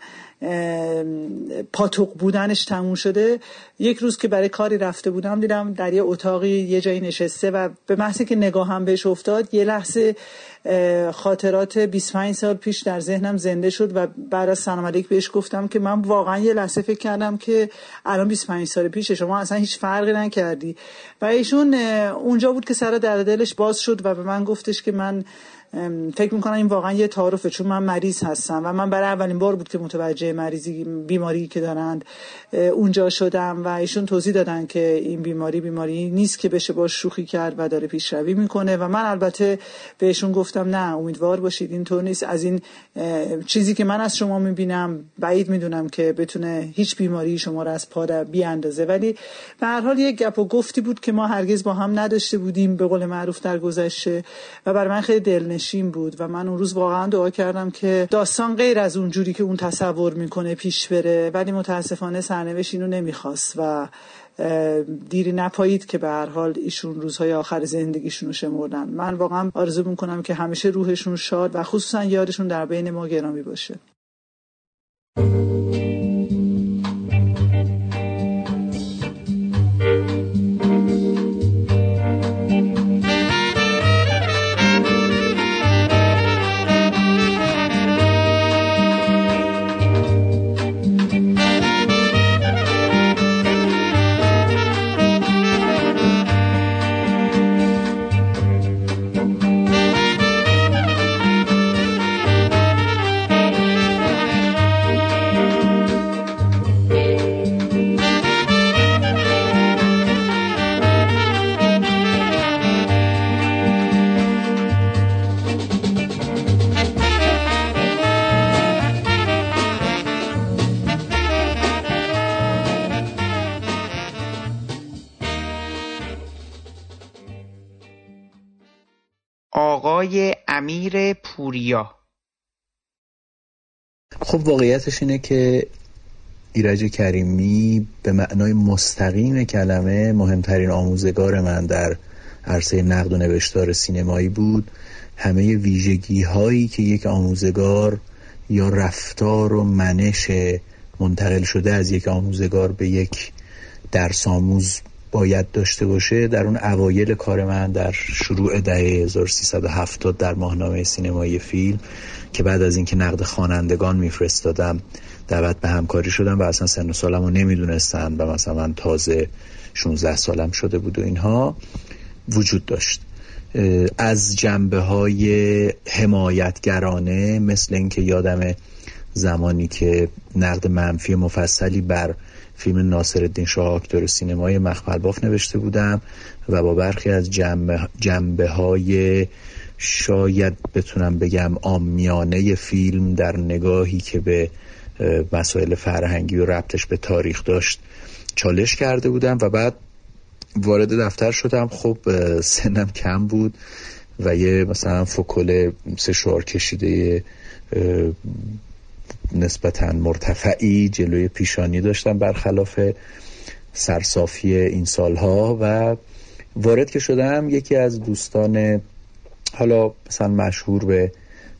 S4: پاتوق بودنش تموم شده. یک روز که برای کاری رفته بودم دیدم در یه اتاقی یه جایی نشسته و به محض که نگاهم بهش افتاد یه لحظه خاطرات بیست و پنج سال پیش در ذهنم زنده شد و بعد از سلام علیک بهش گفتم که من واقعا یه لحظه فکر کردم که الان بیست و پنج سال پیشه، شما اصلا هیچ فرقی نکردی. و ایشون اونجا بود که سر در دلش باز شد و به من گفتش که من فکر میکنم این واقعا یه تعارفه، چون من مریض هستم و من برای اولین بار بود که متوجه مریضی بیماری که دارند اونجا شدم و ایشون توضیح دادن که این بیماری بیماری نیست که بشه باش شوخی کرد و داره پیشروی میکنه و من البته بهشون گفتم نه امیدوار باشید اینطور نیست، از این چیزی که من از شما میبینم بعید میدونم که بتونه هیچ بیماری شما رو از پا بیاندازه. ولی به هر حال یک گپ و گفتی بود که ما هرگز با هم نداشته بودیم به قول معروف در گذشته و برای من خیلی دلنشین بود و من اون روز واقعا دعا کردم که داستان غیر از اون جوری که اون تصور میکنه پیش بره، ولی متاسفانه سرنوشت اینو نمیخواست و دیری نپایید که به هر حال ایشون روزهای آخر زندگیشون رو شمردن. من واقعا آرزو میکنم که همیشه روحشون شاد و خصوصا یادشون در بین ما گرامی باشه.
S1: آقای امیر پوریا.
S5: خب واقعیتش اینه که ایرج کریمی به معنای مستقیم کلمه مهمترین آموزگار من در عرصه نقد و نوشتار سینمایی بود. همه ویژگی هایی که یک آموزگار یا رفتار و منش منتقل شده از یک آموزگار به یک درس آموز باید داشته باشه، در اون اوایل کار من در شروع دهه هزار و سیصد و هفتاد در ماهنامه سینمایی فیلم که بعد از اینکه نقد خوانندگان میفرستادم دعوت به همکاری شدم و اصلا سن و سالمو نمیدونستن و مثلا من تازه شانزده سالم شده بود و اینها وجود داشت. از جنبه های حمایتگرانه، مثل اینکه یادم زمانی که نقد منفی مفصلی بر فیلم ناصرالدین شاه اکتور سینمای مخمل باف نوشته بودم و با برخی از جنبه, جنبه های شاید بتونم بگم عامیانه فیلم در نگاهی که به مسائل فرهنگی و ربطش به تاریخ داشت چالش کرده بودم و بعد وارد دفتر شدم. خب سنم کم بود و یه مثلا فوکل سه شعار کشیده نسبتاً مرتفعی جلوی پیشانی داشتم برخلاف سرصافی این سالها و وارد که شدم یکی از دوستان حالا مثلا مشهور به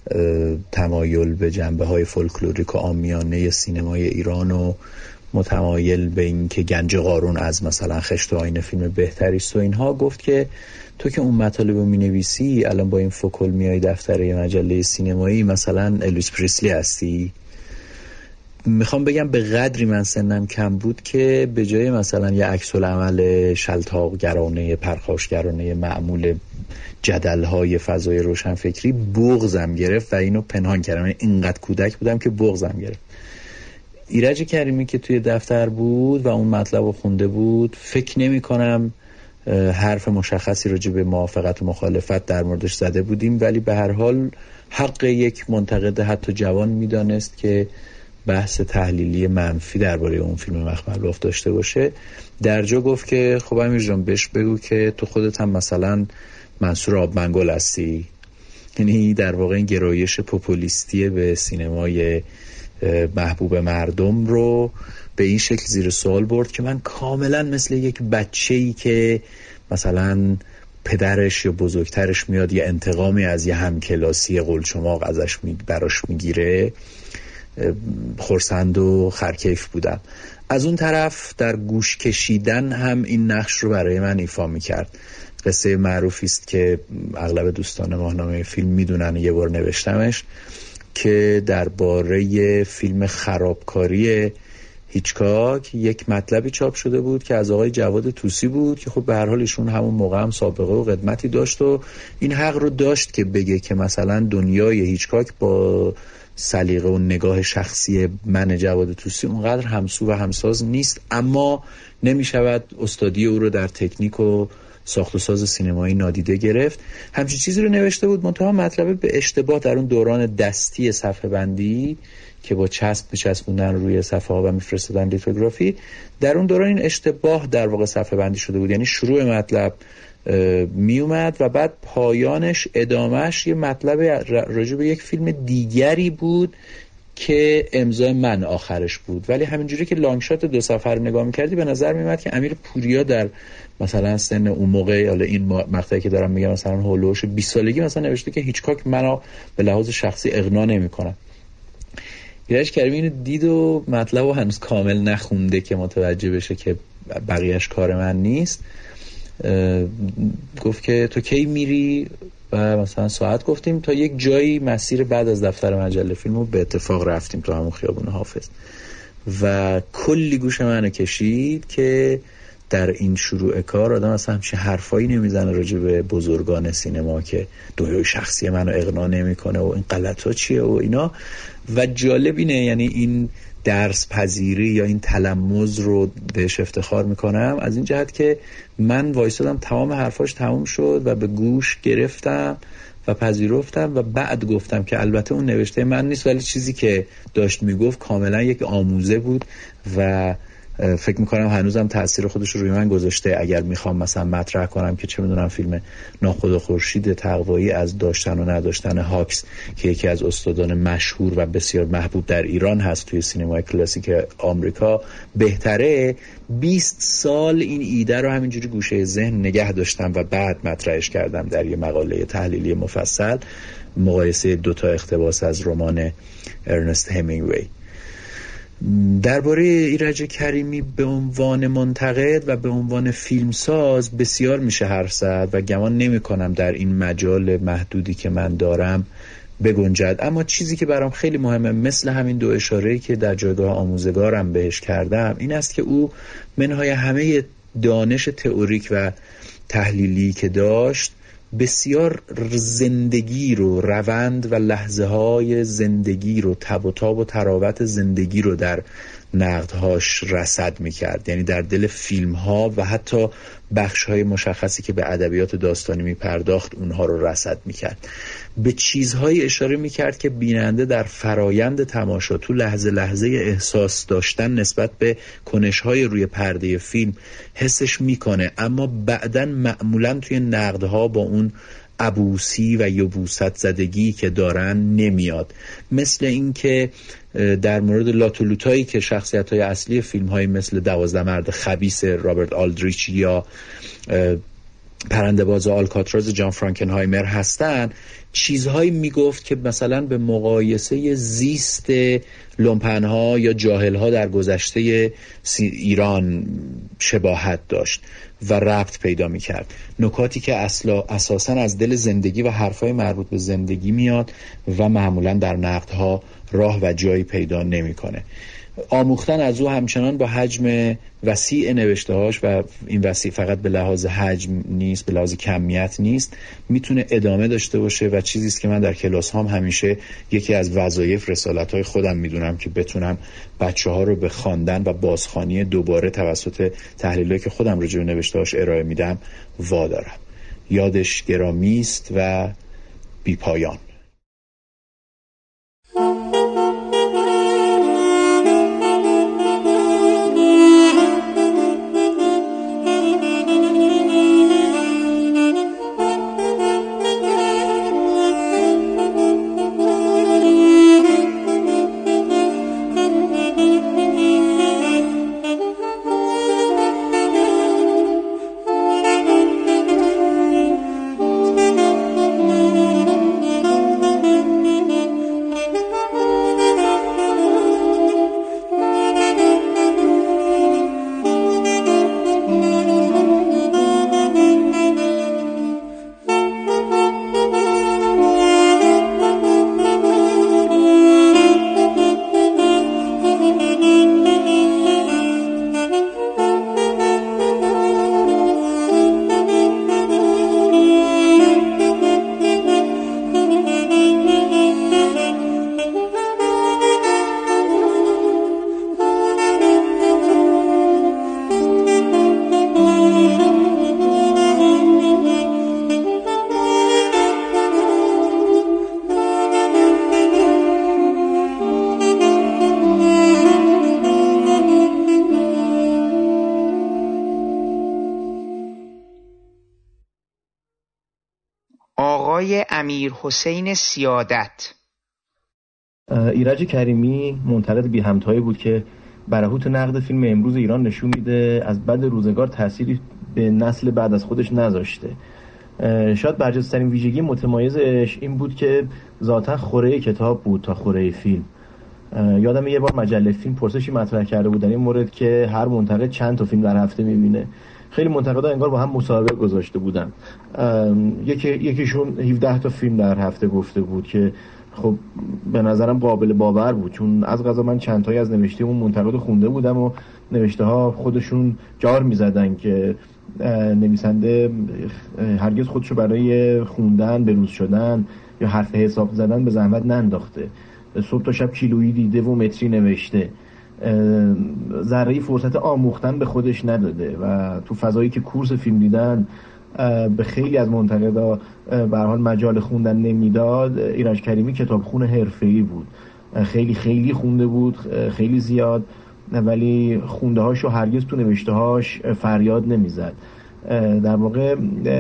S5: تمایل به جنبه های فولکلوریک و عامیانه سینمای ایران و متمایل به این که گنج قارون از مثلا خشت و آینه فیلم بهتریست و اینها گفت که تو که اون مطالب رو می نویسی الان با این فوکل میای دفتر یه مجله سینمایی مثلا الویس پریسلی هستی. میخوام بگم به قدری من سنم کم بود که به جای مثلا یه عکس العمل شلتاقگرانه پرخاشگرانه معمول جدل‌های فضای روشنفکری بغضم گرفت و اینو پنهان کردم. یعنی اینقدر کودک بودم که بغضم گرفت. ایرج کریمی که توی دفتر بود و اون مطلب رو خونده بود، فکر نمی کنم حرف مشخصی راجع به موافقت و مخالفت در موردش زده بودیم، ولی به هر حال حق یک منتقد حتی جوان میدانست که بحث تحلیلی منفی درباره اون فیلم مخمل باف داشته باشه. در جا گفت که خب امیر جان بهش بگو که تو خودت هم مثلا منصور آبمنگل هستی. یعنی در واقع این گرایش پوپولیستی به سینمای محبوب مردم رو به این شکل زیر سوال برد که من کاملا مثل یک بچه‌ای که مثلا پدرش یا بزرگترش میاد یه انتقامی از یه همکلاسی قلچماق ازش می براش میگیره خرسند و خرکیف بودم. از اون طرف در گوش کشیدن هم این نقش رو برای من ایفا میکرد. قصه معروفی است که اغلب دوستان ماهنامه فیلم میدونن، یه بار نوشتمش، که درباره فیلم خرابکاری هیچکاک یک مطلبی چاپ شده بود که از آقای جواد طوسی بود که خب به هر حال ایشون همون موقع هم سابقه و قدمتی داشت و این حق رو داشت که بگه که مثلا دنیای هیچکاک با سلیقه و نگاه شخصی من جواد طوسی اونقدر همسو و همساز نیست، اما نمی شود استادی او رو در تکنیک و ساخت و ساز سینمایی نادیده گرفت. همچین چیزی رو نوشته بود، منتها مطلب به اشتباه در اون دوران دستی صفحه بندی که با چسب میچسبوندن روی صفحه ها و میفرستادن لیتوگرافی، در اون دوران این اشتباه در واقع صفحه بندی شده بود. یعنی شروع مطلب می اومد و بعد پایانش ادامهش یه مطلب راجع به یک فیلم دیگری بود که امضای من آخرش بود، ولی همینجوری که لانگ شات دو صفحه رو نگاه می‌کردی به نظر می‌اومد که امیر پوریا در مثلا سن اون موقع، حالا این مقطعی که دارم میگم مثلا هولوش بیست سالگی مثلا نوشته که هیچکاک منو به لحاظ شخصی اغنا نمی‌کنه. ایرج کریمی اینو دید و مطلبو هنوز کامل نخونده که متوجه بشه که بقیه‌اش کار من نیست. گفت که تو کی میری و مثلا ساعت گفتیم تا یک جایی مسیر بعد از دفتر مجله فیلمو به اتفاق رفتیم تو همون خیابون حافظ و کلی گوش منو کشید که در این شروع کار آدم اصلا همچین حرفایی نمیزنه راجع به بزرگان سینما که دنیای شخصی منو اغنا نمیکنه و این غلطا چیه و اینا. و جالب اینه، یعنی این درس پذیری یا این تلمذ رو بهش افتخار میکنم از این جهت که من وایسادم تمام حرفاش تموم شد و به گوش گرفتم و پذیرفتم و بعد گفتم که البته اون نوشته من نیست، ولی چیزی که داشت میگفت کاملا یک آموزه بود و فکر میکنم هنوزم تاثیر خودش رو روی من گذاشته. اگر میخوام مثلا مطرح کنم که چه میدونم فیلم ناخدا خورشید تقوایی از داشتن و نداشتن هاکس که یکی از استادان مشهور و بسیار محبوب در ایران هست توی سینمای کلاسیک آمریکا بهتره، بیست سال این ایده رو همینجوری گوشه ذهن نگه داشتم و بعد مطرحش کردم در یه مقاله تحلیلی مفصل، مقایسه دوتا اقتباس از رمان ارنست همینگوی. درباره ایرج کریمی به عنوان منتقد و به عنوان فیلمساز بسیار میشه حرف زد و گمان نمی کنم در این مجال محدودی که من دارم بگنجد. اما چیزی که برام خیلی مهمه، مثل همین دو اشاره‌ای که در جایگاه آموزگارم بهش کردم، این است که او منهای همه دانش تئوریک و تحلیلی که داشت، بسیار زندگی رو، روند و لحظه های زندگی رو، تب و تاب و تراوت زندگی رو در نقدهاش رصد میکرد. یعنی در دل فیلم ها و حتی بخش های مشخصی که به ادبیات داستانی میپرداخت اونها رو رصد میکرد. به چیزهایی اشاره میکرد که بیننده در فرایند تماشا تو لحظه لحظه احساس داشتن نسبت به کنش‌های روی پرده فیلم حسش میکنه، اما بعداً معمولاً توی نقدها با اون عبوسی و یبوست زدگی که دارن نمیاد. مثل این که در مورد لاتولوتایی که شخصیت‌های اصلی فیلم‌های مثل دوازده مرد خبیث رابرت آلدریچ یا پرنده باز آلکاتراز جان فرانکنهایمر هستن، چیزهایی میگفت که مثلا به مقایسه زیست لومپنها یا جاهلها در گذشته ایران شباهت داشت و ربط پیدا میکرد. نکاتی که اصلا اساساً از دل زندگی و حرفای مربوط به زندگی میاد و معمولاً در نقدها راه و جایی پیدا نمیکنه. آموختن از او همچنان با حجم وسیع نوشته‌هاش، و این وسیع فقط به لحاظ حجم نیست، به لحاظ کمیت نیست، میتونه ادامه داشته باشه و چیزی است که من در کلاس هام همیشه یکی از وظایف رسالت‌های خودم میدونم که بتونم بچه‌ها رو به خواندن و بازخوانی دوباره توسط تحلیلایی که خودم راجع به نوشته‌هاش ارائه میدم وادارم. یادش گرامی است و بی‌پایان.
S1: آقای امیرحسین سیادت.
S6: ایرج کریمی منتقد بی همتایی بود که برهوت نقد فیلم امروز ایران نشون میده از بد روزگار تأثیری به نسل بعد از خودش نذاشته. شاید برجسته‌ترین ویژگی متمایزش این بود که ذاتاً خوره کتاب بود تا خوره فیلم. یادم یه بار مجله فیلم پرسشی مطرح کرده بود در این مورد که هر منتقد چند تا فیلم در هفته میبینه. خیلی منتقدا انگار با هم مسابقه گذاشته بودن. یکی یکیشون هفده تا فیلم در هفته گفته بود که خب به نظرم قابل باور بود، چون از قضا من چند تایی از نوشته اون منتقد خونده بودم و نوشته ها خودشون جار میزدن که نویسنده هرگز خودشو برای خوندن، بروز شدن یا حرف حساب زدن به زحمت ننداخته. صبح تا شب کیلویی دیده و متری نوشته. ذره‌ای فرصت آموختن به خودش نداده و تو فضایی که کورس فیلم دیدن به خیلی از منتقدا به هر حال مجال خوندن نمیداد، ایرج کریمی کتابخون حرفه‌ای بود. خیلی خیلی خونده بود، خیلی زیاد. ولی خونده هاشو هرگز تو نوشته هاش فریاد نمیزد. در واقع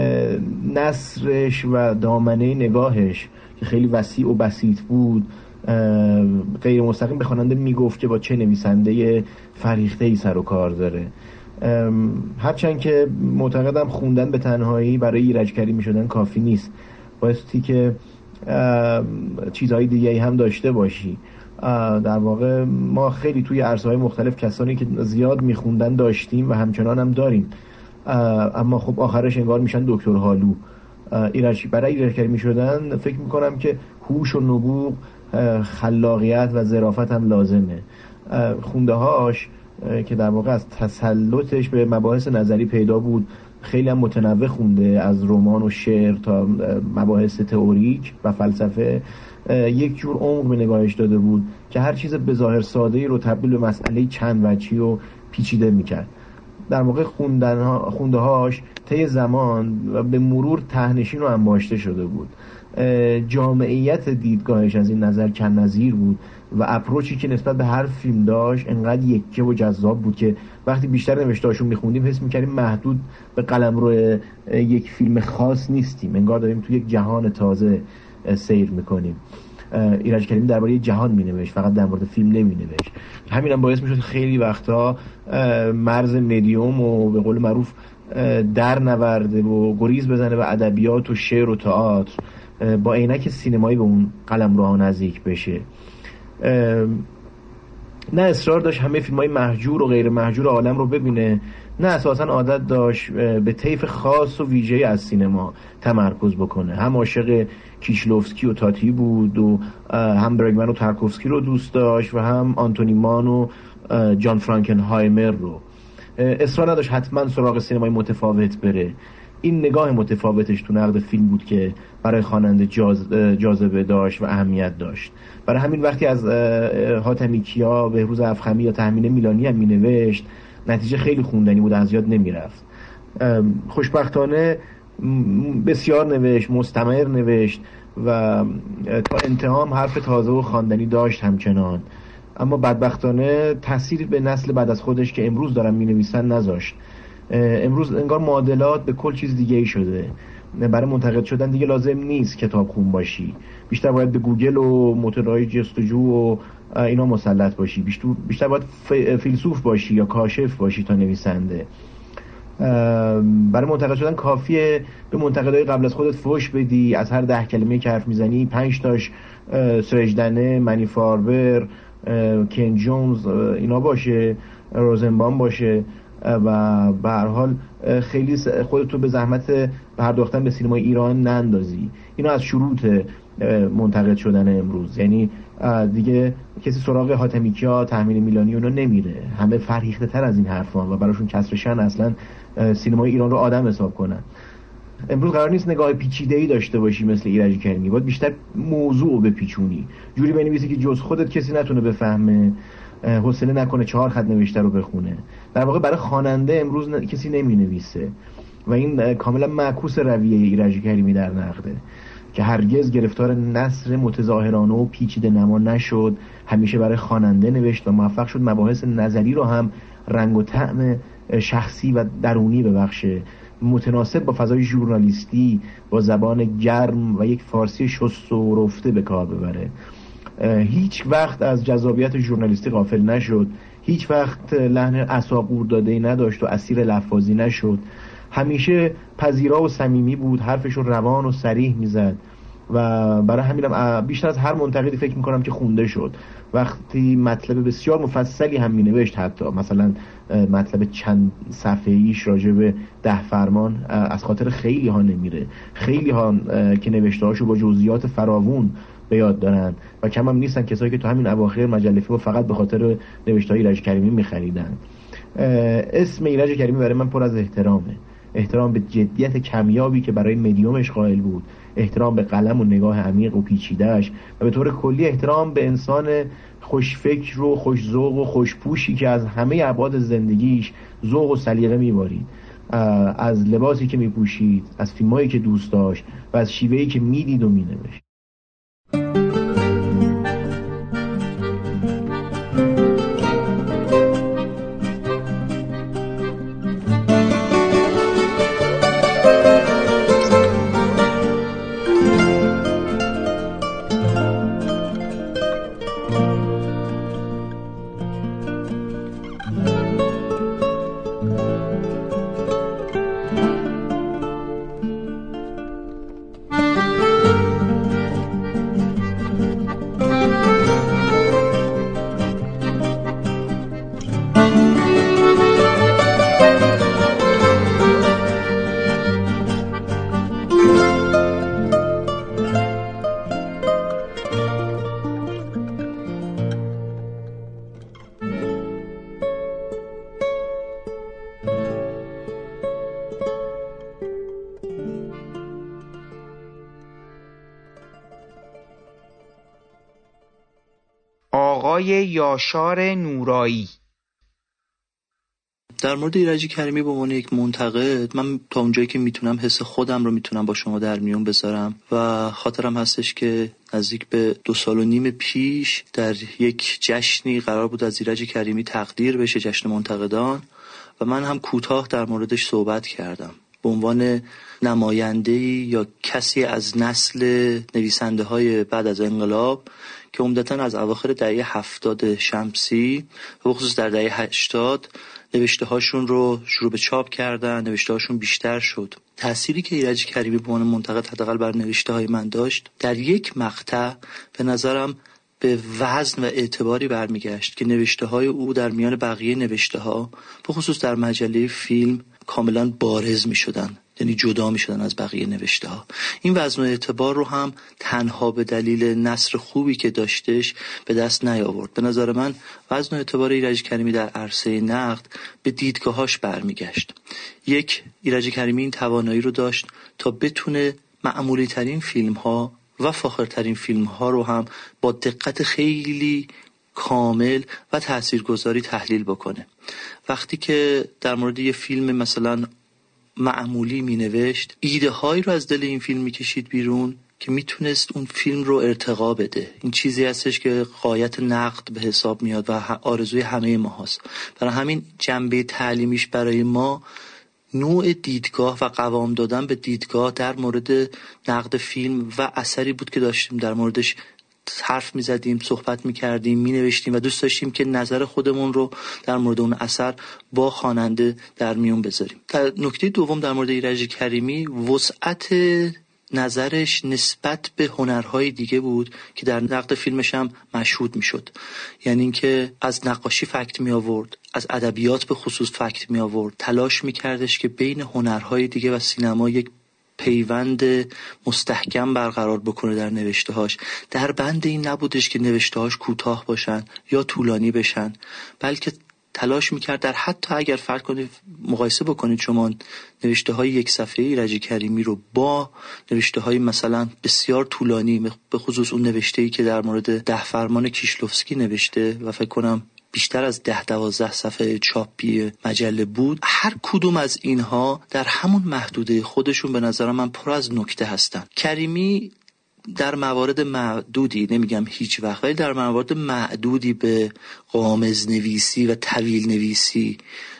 S6: نثرش و دامنه نگاهش که خیلی وسیع و بسیط بود غیر مستقیم به خواننده میگفت که با چه نویسنده فریخته‌ای سر و کار داره. هرچند که معتقدم خوندن به تنهایی برای ایرج کریمی شدن کافی نیست، بایستی که چیزهای دیگه هم داشته باشی. در واقع ما خیلی توی عرصه‌های مختلف کسانی که زیاد میخوندن داشتیم و همچنان هم داریم، اما خب آخرش انگار میشن دکتر هالو. ایرج برای ایرج کریمی شدن فکر میکنم که هوش و نبوغ، خلاقیت و ظرافت هم لازمه. خونده هاش که در واقع از تسلطش به مباحث نظری پیدا بود، خیلی هم متنوع خونده، از رمان و شعر تا مباحث تئوریک و فلسفه. یک جور عمق به نگاهش داده بود که هر چیز به ظاهر ساده‌ای رو تبدیل به مسئله چند وجهی و پیچیده میکرد. در واقع خوندن ها، خونده هاش طی زمان و به مرور تهنشین و انباشته شده بود. جامعیت دیدگاهش از این نظر کم نظیر بود و اپروچی که نسبت به هر فیلم داشت انقدر یکه و جذاب بود که وقتی بیشتر نوشته‌هاشو میخوندیم حس میکردیم محدود به قلمرو یک فیلم خاص نیستیم، انگار داریم تو یک جهان تازه سیر میکنیم. ایرج کریمی درباره جهان مینوشت، فقط در مورد فیلم نمینوشت. همین هم باعث میشد خیلی وقتا مرز مدیوم و به قول معروف در نورده و گریز بزنه به ادبیات و شعر و تئاتر، با عینک سینمایی به اون قلمروها نزدیک بشه. نه اصرار داشت همه فیلم‌های مهجور و غیر مهجور عالم رو ببینه، نه اساساً عادت داشت به طیف خاص و ویژه‌ای از سینما تمرکز بکنه. هم عاشق کیشلوفسکی و تاتی بود و هم برگمن و تارکوفسکی رو دوست داشت و هم آنتونی مان و جان فرانکنهایمر رو. اصرار نداشت حتما سراغ سینمای متفاوت بره. این نگاه متفاوتش تو نقد فیلم بود که برای خواننده جاز... جاذبه داشت و اهمیت داشت. برای همین وقتی از حاتمی کیا، بهروز افخمی یا تهمینه میلانی هم مینوشت، نتیجه خیلی خوندنی بود، از یاد نمیرفت. خوشبختانه بسیار نوشت، مستمر نوشت و تا انتها هم حرف تازه و خواندنی داشت همچنان، اما بدبختانه تأثیری به نسل بعد از خودش که امروز دارن مینویسن نذاشت. امروز انگار معادلات به کل چیز دیگه ای شده. برای منتقد شدن دیگه لازم نیست کتاب خون باشی، بیشتر باید به گوگل و موتورهای جستجو و اینا مسلط باشی، بیشتر بیشتر باید فیلسوف باشی یا کاشف باشی تا نویسنده. برای منتقد شدن کافیه به منتقدای قبل از خودت فوش بدی، از هر ده کلمه که حرف میزنی پنج تاش سرجدنه، منی فاربر، کن جونز اینا باشه، روزنبام باشه و به هر حال خیلی خودتو به زحمت پرداختن به سینمای ایران نندازی. اینا از شروط منتقد شدن امروز. یعنی دیگه کسی سراغ حاتمی کیا، تهمینه میلانی اونا نمیره، همه فرهیخته تر از این حرفان و براشون کسر شأن اصلا سینمای ایران رو آدم حساب کنن. امروز قرار نیست نگاه پیچیده‌ای داشته باشی مثل ایرج کریمی، باید بیشتر موضوع رو بپیچونی، جوری بنویسی که جز خودت کسی نتونه بفهمه، حوصله نکنه چهار خط نوشته رو بخونه. در واقع برای خواننده امروز ن... کسی نمینویسه و این کاملا معکوس رویه ایرج کریمی در نقده که هرگز گرفتار نثر متظاهرانه و پیچیده نما نشد، همیشه برای خواننده نوشت و موفق شد مباحث نظری رو هم رنگ و طعم شخصی و درونی ببخشه، متناسب با فضای ژورنالیستی، با زبان گرم و یک فارسی شست و رفته به کار ببره. هیچ وقت از جذابیت ژورنالیستی غافل نشد، هیچ وقت لحن عصاقور داده‌ای نداشت و اسیر لفاظی نشد، همیشه پذیرا و صمیمی بود، حرفش رو روان و صریح میزد و برای همینم بیشتر از هر منتقدی فکر میکنم که خونده شد. وقتی مطلب بسیار مفصلی هم مینوشت، حتی مثلا مطلب چند صفحه‌ایش راجع به ده فرمان از خاطر خیلی ها نمیره، خیلی ها که نوشته‌هاشو با جزئیات فراوون به یاد دارن و کم هم نیستن کسایی که تو همین اواخر مجله فیلم فقط به خاطر نوشته‌های ایرج کریمی می‌خریدن. اسم ایرج کریمی برای من پر از احترامه، احترام به جدیت کمیابی که برای مدیومش قائل بود، احترام به قلم و نگاه عمیق و پیچیده‌اش و به طور کلی احترام به انسان خوشفکر و خوش‌ذوق و خوش‌پوشی که از همه ابعاد زندگیش ذوق و سلیقه می‌بارید، از لباسی که می‌پوشید، از فیلمایی که دوست داشت و از شیوهی که می‌دید و می‌نوشت.
S1: آقای یاشار نورایی.
S7: در مورد ایرج کریمی به عنوان یک منتقد، من تا اونجایی که میتونم حس خودم رو میتونم با شما در میون بذارم و خاطرم هستش که نزدیک به دو سال و نیم پیش در یک جشنی قرار بود از ایرج کریمی تقدیر بشه، جشن منتقدان، و من هم کوتاه در موردش صحبت کردم به عنوان نماینده یا کسی از نسل نویسنده های بعد از انقلاب که عمدتاً از اواخر دهه هفتاد شمسی و خصوص در دهه هشتاد نوشته هاشون رو شروع به چاپ کردن، نوشته هاشون بیشتر شد. تأثیری که ایرج کریمی به عنوان منتقد حداقل بر نوشته های من داشت، در یک مقطع به نظرم به وزن و اعتباری برمیگشت که نوشته های او در میان بقیه نوشته ها، به خصوص در مجله فیلم، کاملا بارز می شدن، یعنی جدا می شدن از بقیه نوشته ها. این وزن و اعتبار رو هم تنها به دلیل نثر خوبی که داشتش به دست نیاورد. به نظر من وزن و اعتبار ایرج کریمی در عرصه نقد به دیدگاهاش برمیگشت. یک، ایرج کریمی این توانایی رو داشت تا بتونه معمولی ترین فیلم ها و فاخرترین فیلم ها رو هم با دقت خیلی کامل و تاثیرگذاری تحلیل بکنه. وقتی که در مورد یه فیلم مثلا معمولی می نوشت، ایده هایی رو از دل این فیلم می کشید بیرون که میتونست اون فیلم رو ارتقا بده. این چیزی هستش که غایت نقد به حساب میاد و آرزوی همه ما هست. برای همین جنبه تعلیمیش برای ما نوع دیدگاه و قوام دادن به دیدگاه در مورد نقد فیلم و اثری بود که داشتیم در موردش حرف میزدیم، صحبت میکردیم، مینوشتیم و دوست داشتیم که نظر خودمون رو در مورد اون اثر با خواننده در میون بذاریم. نکته دوم در مورد ایرج کریمی، وسعت نظرش نسبت به هنرهای دیگه بود که در نقد فیلمش هم مشهود میشد. یعنی اینکه از نقاشی فکت می آورد، از ادبیات به خصوص فکت می آورد، تلاش میکردش که بین هنرهای دیگه و سینما یک پیوند مستحکم برقرار بکنه در نوشته‌هاش. در بند این نبودش که نوشته‌هاش کوتاه باشن یا طولانی بشن، بلکه تلاش میکرد در حتی اگر فرق کنید مقایسه بکنید شما نوشته های یک صفحه ایرج کریمی رو با نوشته های مثلا بسیار طولانی، به خصوص اون نوشته‌ای که در مورد ده فرمان کیشلوفسکی نوشته و فکر کنم بیشتر از ده دوازده صفحه چاپی مجله بود، هر کدوم از اینها در همون محدوده خودشون به نظر من پر از نکته هستن. کریمی در موارد معدودی، نمیگم هیچ وقت، ولی در موارد معدودی به غامض نویسی و طویل نویسی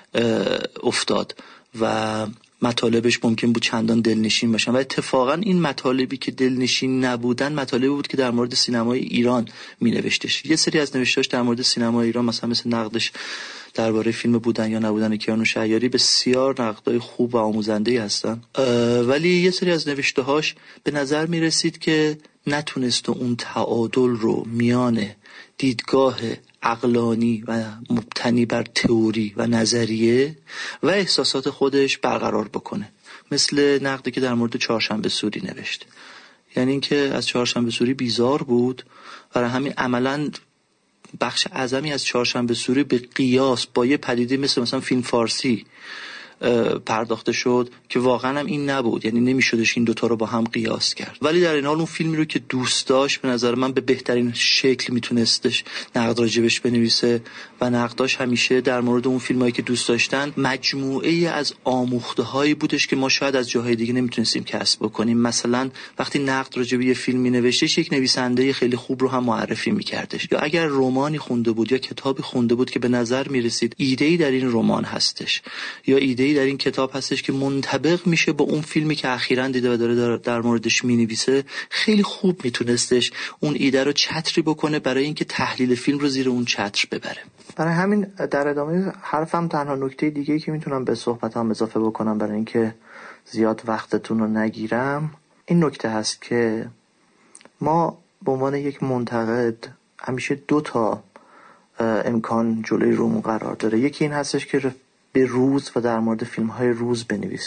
S7: افتاد و مطالبش ممکن بود چندان دلنشین باشن و اتفاقا این مطالبی که دلنشین نبودن مطالبی بود که در مورد سینمای ایران می نوشتش. یه سری از نوشتهاش در مورد سینمای ایران، مثلا مثل نقدش درباره فیلم بودن یا نبودن کیانوش شهیاری، بسیار نقدای خوب و آموزنده‌ای هستن، ولی یه سری از نوشتهاش به نظر می رسید که نتونست اون تعادل رو میان دیدگاه عقلانی و مبتنی بر تئوری و نظریه و احساسات خودش برقرار بکنه. مثل نقدی که در مورد چهارشنبه سوری نوشت، یعنی اینکه از چهارشنبه سوری بیزار بود، برای همین عملاً بخش اعظمی از چهارشنبه سوری به قیاس با یه پدیده مثل مثلا فیلم فارسی پرداخته شد که واقعا هم این نبود، یعنی نمیشدش این دوتا رو با هم قیاس کرد. ولی در این حال اون فیلمی رو که دوست داشت به نظر من به بهترین شکل میتونستش نقد راجبش بنویسه و نقداش همیشه در مورد اون فیلمایی که دوست داشتن مجموعه ای از آموخته هایی بودش که ما شاید از جاهای دیگه نمیتونستیم کسب بکنیم. مثلا وقتی نقد راجب یه فیلم مینوشتش، یک نویسنده خیلی خوب رو هم معرفی میکردش، یا اگر رمانی خونده بود یا کتابی خونده بود که به نظر میرسید ایده‌ای در این رمان هستش یا ایده‌ای در این کتاب هستش که منطبق میشه با اون فیلمی که اخیراً دیده و داره در موردش مینویسه، خیلی خوب میتونستش اون ایده رو چتری بکنه برای اینکه تحلیل فیلم رو زیر اون چتر ببره.
S6: برای همین در ادامه حرفم تنها نکته دیگه‌ای که میتونم به صحبتام اضافه بکنم برای اینکه زیاد وقتتون رو نگیرم، این نکته هست که ما به عنوان یک منتقد همیشه دو تا امکان جلوی رومون قرار داره. یکی این هستش که به روز و در مورد فیلم‌های روز بنویسیم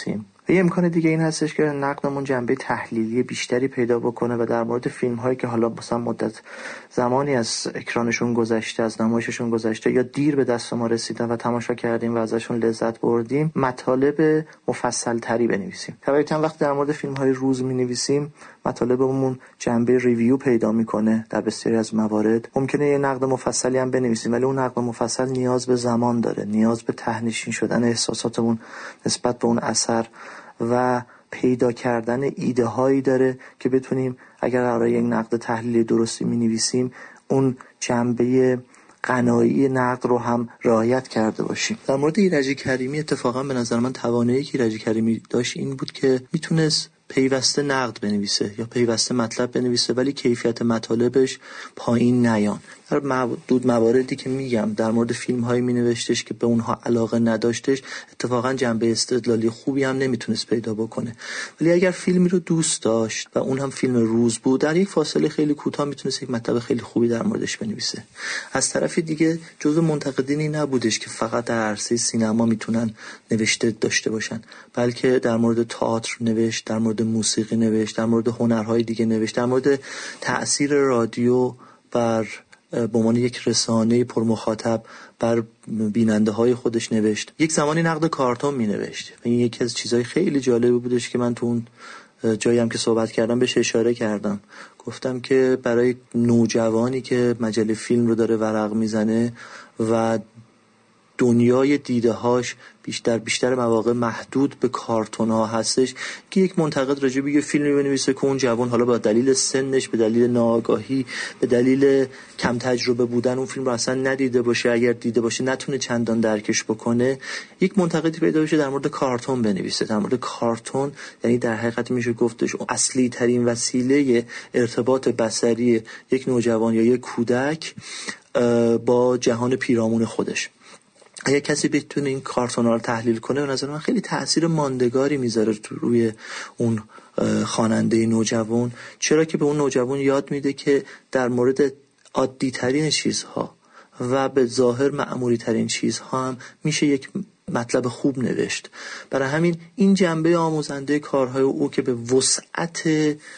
S7: و یه امکان دیگه این هستش که نقدمون جنبه تحلیلی بیشتری پیدا بکنه و در مورد فیلم هایی که حالا مثلا مدت زمانی از اکرانشون گذشته، از نمایششون گذشته یا دیر به دست ما رسیدن و تماشا کردیم و ازشون لذت بردیم، مطالب مفصل تری بنویسیم. طبعاً وقتی در مورد فیلم های روز می‌نویسیم، مطالبمون جنبه ریویو پیدا میکنه. در بسیاری از موارد ممکنه یه نقد مفصلی هم بنویسیم، ولی اون نقد مفصل نیاز به زمان داره، نیاز به تهنشین شدن احساساتمون نسبت به اون اثر و پیدا کردن ایده هایی داره که بتونیم اگر قراره یک نقد تحلیلی درستی می‌نویسیم اون جنبه قنایی نقد رو هم رعایت کرده باشیم. در مورد ایرج کریمی اتفاقا به نظر من توانایی که ایرج کریمی داشت این بود که میتونست پیوسته نقد بنویسه یا پیوسته مطلب بنویسه ولی کیفیت مطالبش پایین نیان. در محدود مواردی که میگم در مورد فیلم هایی می نوشتش که به اونها علاقه نداشتش، اتفاقا جنبه استدلالی خوبی هم نمیتونست پیدا بکنه. ولی اگر فیلمی رو دوست داشت و اون هم فیلم روز بود، در یک فاصله خیلی کوتاه میتونست یک مطلب خیلی خوبی در موردش بنویسه. از طرف دیگه جزو منتقدینی نبودش که فقط در عرصه سینما میتونن نوشته داشته باشن، بلکه در مورد تئاتر نوشت، در مورد موسیقی نوشت، در مورد هنرهای دیگه نوشت، در مورد تأثیر رادیو بر به عنوان یک رسانه پر مخاطب بر بیننده های خودش نوشت. یک زمانی نقد کارتون می نوشت و این یکی از چیزهای خیلی جالبی بودش که من تو اون جایی هم که صحبت کردم بهش اشاره کردم. گفتم که برای نوجوانی که مجله فیلم رو داره ورق میزنه و دنیای دیده هاش بیشتر بیشتر مواقع محدود به کارتون ها هستش که یک منتقد راجع به یه فیلمی بنویسه که اون جوان حالا به دلیل سنش، به دلیل ناآگاهی، به دلیل کم تجربه بودن اون فیلم رو اصلا ندیده باشه، اگر دیده باشه نتونه چندان درکش بکنه، یک منتقدی پیدا بشه در مورد کارتون بنویسه. در مورد کارتون یعنی در حقیقت میشه گفتش اصلی ترین وسیله ارتباط بصری یک نوجوان یا یک کودک با جهان پیرامون خودش. اگه کسی بتونه این کارتونا رو تحلیل کنه به نظر من خیلی تأثیر ماندگاری میذاره روی اون خواننده نوجوان، چرا که به اون نوجوان یاد میده که در مورد عادی ترین چیزها و به ظاهر معمولی ترین چیزها هم میشه یک مطلب خوب نوشت. برای همین این جنبه آموزنده کارهای او که به وسعت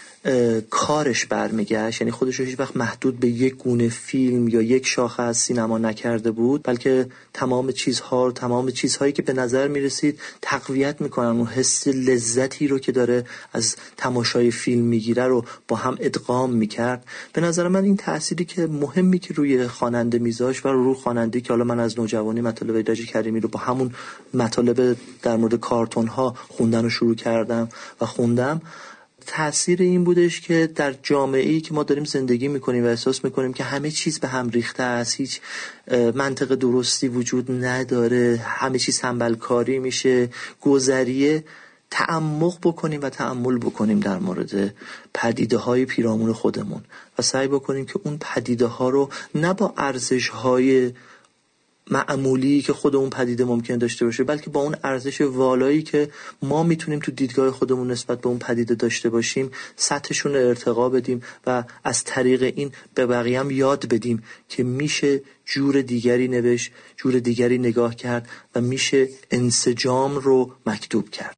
S7: کارش برمیگشت، یعنی خودش رو هیچ وقت محدود به یک گونه فیلم یا یک شاخه از سینما نکرده بود، بلکه تمام چیزها تمام چیزهایی که به نظر میرسید تقویت میکنن اون حس لذتی رو که داره از تماشای فیلم میگیره رو با هم ادغام میکرد. به نظر من این تأثیری که مهمی که روی خواننده میذاشت و روی خواننده که حالا من از نوجوانی مطالب ایرج کریمی رو با همون مطالب در مورد کارتون ها خوندن رو شروع کردم و خوندم، تأثیر این بودش که در جامعه‌ای که ما داریم زندگی میکنیم و احساس میکنیم که همه چیز به هم ریخته است، هیچ منطق درستی وجود نداره، همه چیز تنبلکاری میشه، گذریه، تعمق بکنیم و تأمل بکنیم در مورد پدیده‌های پیرامون خودمون و سعی بکنیم که اون پدیده‌ها رو نه با ارزش‌های معمولی که خود اون پدیده ممکن داشته باشه، بلکه با اون ارزش والایی که ما میتونیم تو دیدگاه خودمون نسبت به اون پدیده داشته باشیم سطحشون رو ارتقا بدیم و از طریق این به بقیه هم یاد بدیم که میشه جور دیگری نوشت، جور دیگری نگاه کرد و میشه انسجام رو مکتوب کرد.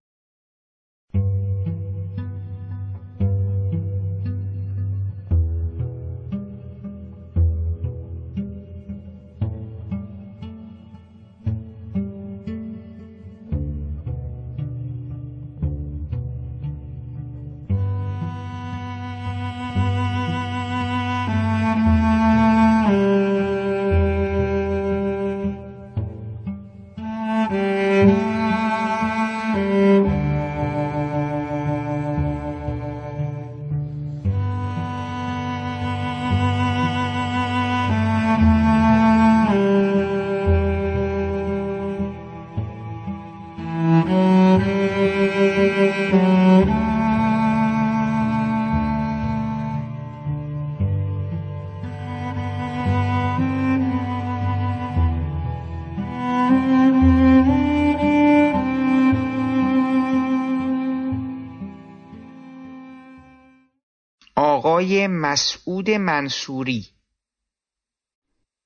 S1: آقای مسعود منصوری: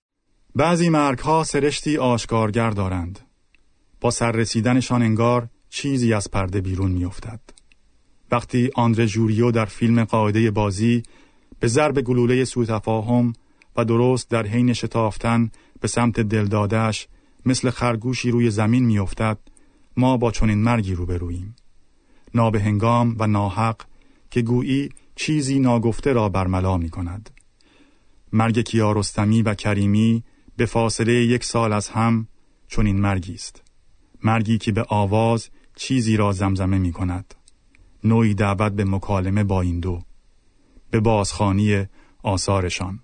S8: بعضی مرگ‌ها سرشتی آشکارگر دارند. با سر رسیدنشان انگار چیزی از پرده بیرون می‌افتد. وقتی آندره ژوریو در فیلم قاعده بازی به ضرب گلوله سوء تفاهم و درست در حین شتافتن به سمت دلداده‌اش مثل خرگوشی روی زمین می‌افتد، ما با چنین مرگی روبروییم. نابهنگام و ناحق که گویی چیزی ناگفته را برملا می‌کند. مرگ کیارستمی و کریمی به فاصله یک سال از هم چنین مرگی است. مرگی که به آواز چیزی را زمزمه می‌کند. نوعی دعوت به مکالمه با این دو، به بازخوانی آثارشان.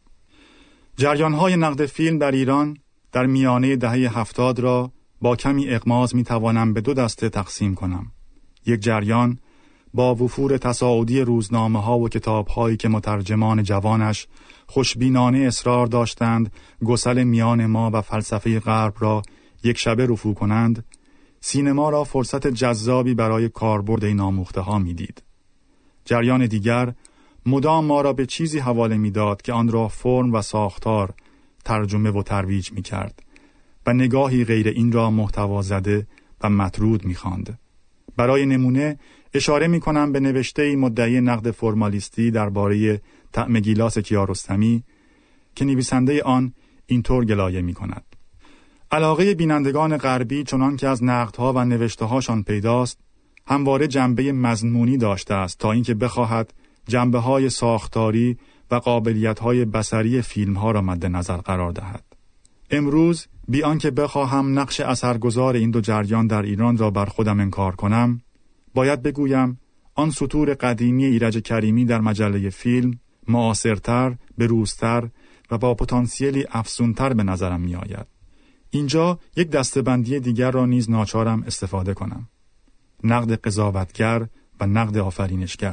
S8: جریان‌های نقد فیلم در ایران در میانه دهه هفتاد را با کمی اغماض می‌توانم به دو دسته تقسیم کنم. یک جریان با وفور تصاعدی روزنامه‌ها و کتاب‌هایی که مترجمان جوانش خوشبینانه اصرار داشتند گسل میان ما و فلسفه غرب را یک شبه رفو کنند، سینما را فرصت جذابی برای کاربرد این آموخته‌ها می‌دید. جریان دیگر مدام ما را به چیزی حواله می‌داد که آن را فرم و ساختار ترجمه و ترویج می‌کرد و نگاهی غیر این را محتوا زده و مطرود می‌خواند. برای نمونه اشاره می‌کنم به نوشته مدعی نقد فرمالیستی درباره طعم گیلاس کیارستمی که نویسنده آن اینطور گلایه می‌کند: علاقه بینندگان غربی چنان که از نقدها و نوشته‌هاشان پیداست همواره جنبه مضمونی داشته است تا اینکه بخواهد جنبه‌های ساختاری و قابلیت‌های بصری فیلم‌ها را مد نظر قرار دهد. امروز بی آنکه بخواهم نقش اثرگذار این دو جریان در ایران را بر خودم انکار کنم، باید بگویم آن سطور قدیمی ایرج کریمی در مجله فیلم معاصرتر، بروزتر و با پتانسیلی افزونتر به نظرم می آید. اینجا یک دسته‌بندی دیگر را نیز ناچارم استفاده کنم: نقد قضاوتگر و نقد آفرینشگر.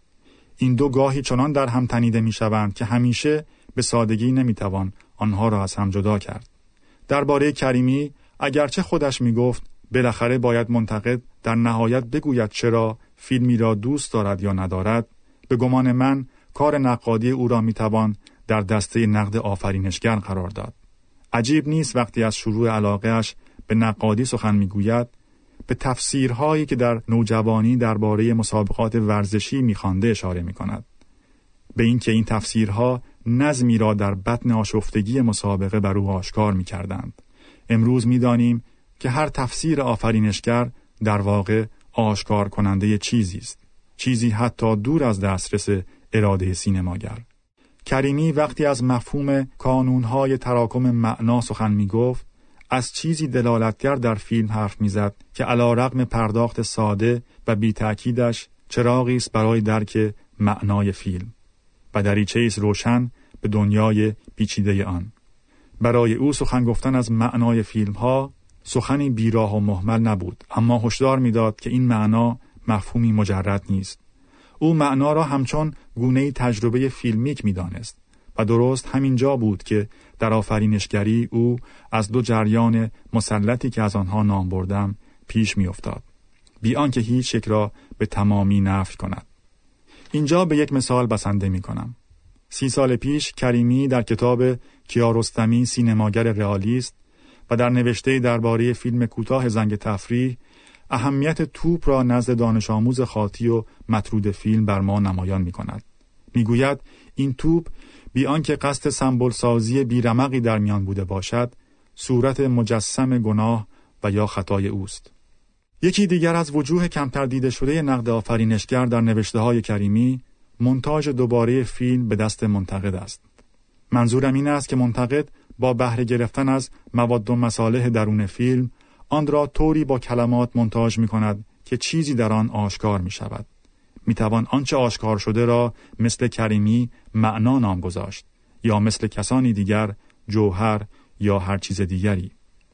S8: این دو گاهی چنان در هم تنیده می شوند که همیشه به سادگی نمی توان آنها را از هم جدا کرد. درباره کریمی اگرچه خودش می گفت بالاخره باید منتقد در نهایت بگوید چرا فیلمی را دوست دارد یا ندارد، به گمان من کار نقادی او را می توان در دسته نقد آفرینشگر قرار داد. عجیب نیست وقتی از شروع علاقه‌اش به نقادی سخن می گوید به تفسیرهایی که در نوجوانی درباره مسابقات ورزشی می‌خوانده اشاره می‌کند. به اینکه این تفسیرها نظمی را در بطن آشفتگی مسابقه بر او آشکار می‌کردند. امروز می‌دانیم که هر تفسیر آفرینشگر در واقع آشکار کننده چیزی است، چیزی حتی دور از دسترس اراده سینماگر. کریمی وقتی از مفهوم کانون‌های تراکم معنا سخن می‌گفت، از چیزی دلالتگر در فیلم حرف می‌زد که علی‌رغم پرداخت ساده و بی تأکیدش چراغی است برای درک معنای فیلم و دریچه‌ای است روشن به دنیای پیچیده آن. برای او سخن گفتن از معنای فیلم‌ها سخنی بیراه و مهمل نبود، اما هشدار می‌داد که این معنا مفهومی مجرد نیست. او معنا را همچون گونه‌ای تجربه فیلمیک می‌دانست و درست همینجا بود که در آفرینشگری او از دو جریان مسلطی که از آنها نام بردم پیش می‌افتاد، بی آنکه هیچ یک را به تمامی نفی کند. اینجا به یک مثال بسنده می‌کنم. سی سال پیش کریمی در کتاب کیارستمی سینماگر رئالیست و در نوشته درباره فیلم کوتاه زنگ تفریح اهمیت توپ را نزد دانش آموز خاطی و مطرود فیلم بر ما نمایان می‌کند. می‌گوید این توپ بی آنکه قصد سمبل سازی بیرمقی در میان بوده باشد، صورت مجسم گناه و یا خطای اوست. یکی دیگر از وجوه کمتر دیده شده نقد آفرینشگر در نوشته‌های کریمی، مونتاژ دوباره فیلم به دست منتقد است. منظورم این است که منتقد با بهره گرفتن از مواد و مصالح درون فیلم، آن را طوری با کلمات مونتاژ می‌کند که چیزی در آن آشکار می‌شود. میتوان آنچه آشکار شده را مثل کریمی معنا نام گذاشت یا مثل کسانی دیگر جوهر یا هر چیز دیگری.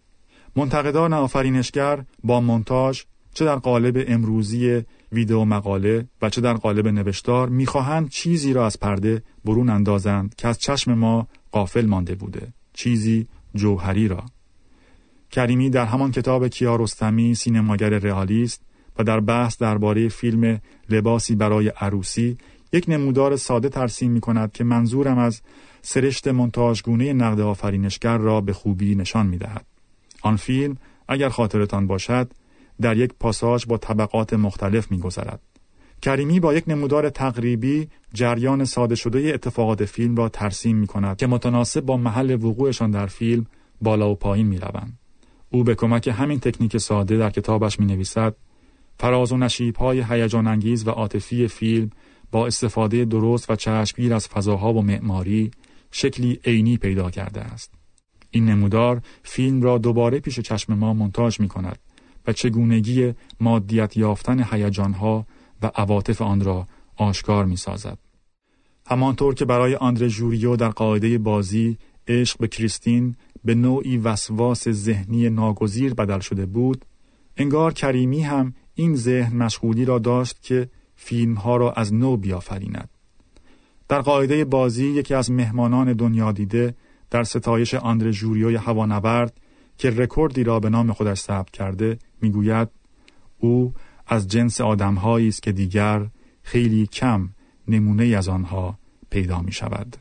S8: منتقدان آفرینشگر با مونتاژ چه در قالب امروزی ویدئو مقاله و چه در قالب نوشتار میخواهند چیزی را از پرده برون اندازند که از چشم ما غافل مانده بوده، چیزی جوهری را. کریمی در همان کتاب کیارستمی سینماگر رئالیست و در بحث درباره فیلم لباسی برای عروسی یک نمودار ساده ترسیم می‌کند که منظورم از سرشت مونتاژگونه نقد آفرینشگر را به خوبی نشان می‌دهد. آن فیلم اگر خاطرتان باشد در یک پاساژ با طبقات مختلف می‌گذرد. کریمی با یک نمودار تقریبی جریان ساده شده اتفاقات فیلم را ترسیم می‌کند که متناسب با محل وقوعشان در فیلم بالا و پایین می‌روند. او به کمک همین تکنیک ساده در کتابش می‌نویسد فراز و نشیب‌های هیجان انگیز و عاطفی فیلم با استفاده درست و چشمگیر از فضاها و معماری شکلی عینی پیدا کرده است. این نمودار فیلم را دوباره پیش چشم ما مونتاژ می‌کند و چگونگی مادیت یافتن هیجان‌ها و عواطف آن را آشکار می‌سازد. همانطور که برای آندره ژوریو در قاعده بازی عشق به کریستین به نوعی وسواس ذهنی ناگزیر بدل شده بود، انگار کریمی هم این ذهن مشغولی را داشت که فیلم‌ها را از نو بیافریند. در قاعده بازی یکی از مهمانان دنیا دیده در ستایش آندره ژوریوی هوانورد که رکوردی را به نام خودش ثبت کرده میگوید او از جنس آدم‌هایی است که دیگر خیلی کم نمونه از آنها پیدا می شود.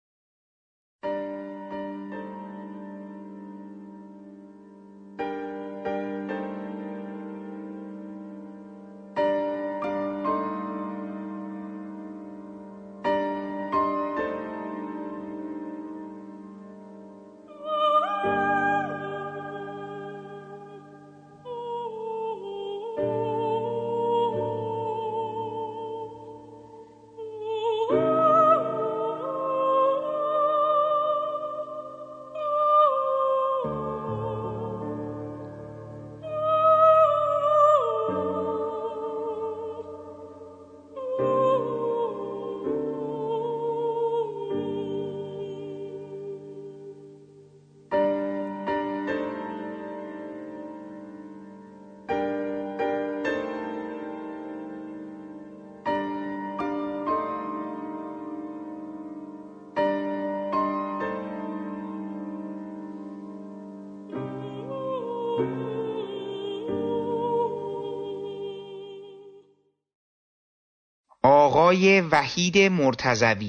S1: آقای وحید مرتضوی.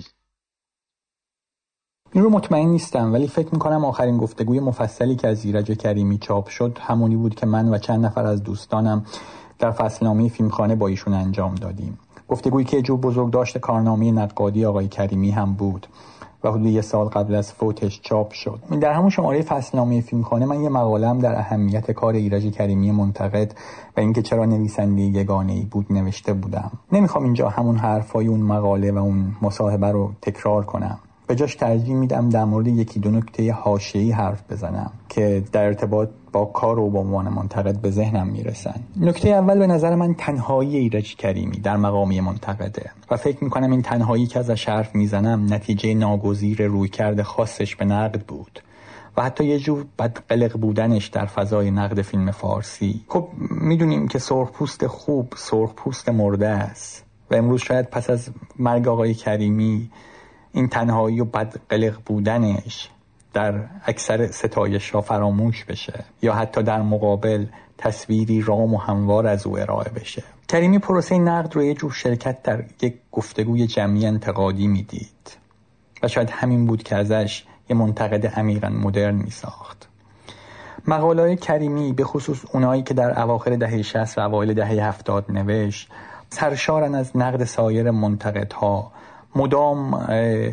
S5: این رو مطمئن نیستم، ولی فکر میکنم آخرین گفتگوی مفصلی که از ایرج کریمی چاپ شد همونی بود که من و چند نفر از دوستانم در فصلنامه فیلمخانه با ایشون انجام دادیم. گفتگویی که جو بزرگداشت کارنامه نقادی آقای کریمی هم بود و حدود یه سال قبل از فوتش چاپ شد. در همون شماره فصلنامه فیلمخانه من یه مقاله‌ام در اهمیت کار ایرج کریمی منتقد و اینکه چرا نویسنده یگانه‌ای بود نوشته بودم. نمیخوام اینجا همون حرفای اون مقاله و اون مصاحبه رو تکرار کنم. به جاش ترجیح میدم در مورد یکی دو نکته حاشیه‌ای حرف بزنم که در ارتباط با کار و با عنوان منتقد به ذهنم میرسن. نکته اول به نظر من تنهایی ایرج کریمی در مقامی منتقده و فکر میکنم این تنهایی که ازش حرف میزنم نتیجه ناگزیر رویکرد خاصش به نقد بود و حتی یه جور بدقلق بودنش در فضای نقد فیلم فارسی. خب میدونیم که سرخپوست خوب سرخپوست مرده است و امروز شاید پس از مرگ آقای کریمی این تنهایی و بدقلق بودنش در اکثر ستایش‌ها فراموش بشه یا حتی در مقابل تصویری رام و هموار از او ارائه بشه. کریمی پروسه نقد رو یه جور شرکت در یک گفتگوی جمعی انتقادی میدید و شاید همین بود که ازش یه منتقد عمیقاً مدرن میساخت. مقاله‌های کریمی به خصوص اونایی که در اواخر دهه شصت و اوایل دهه هفتاد نوشت سرشارن از نقد سایر منتقدها. مدام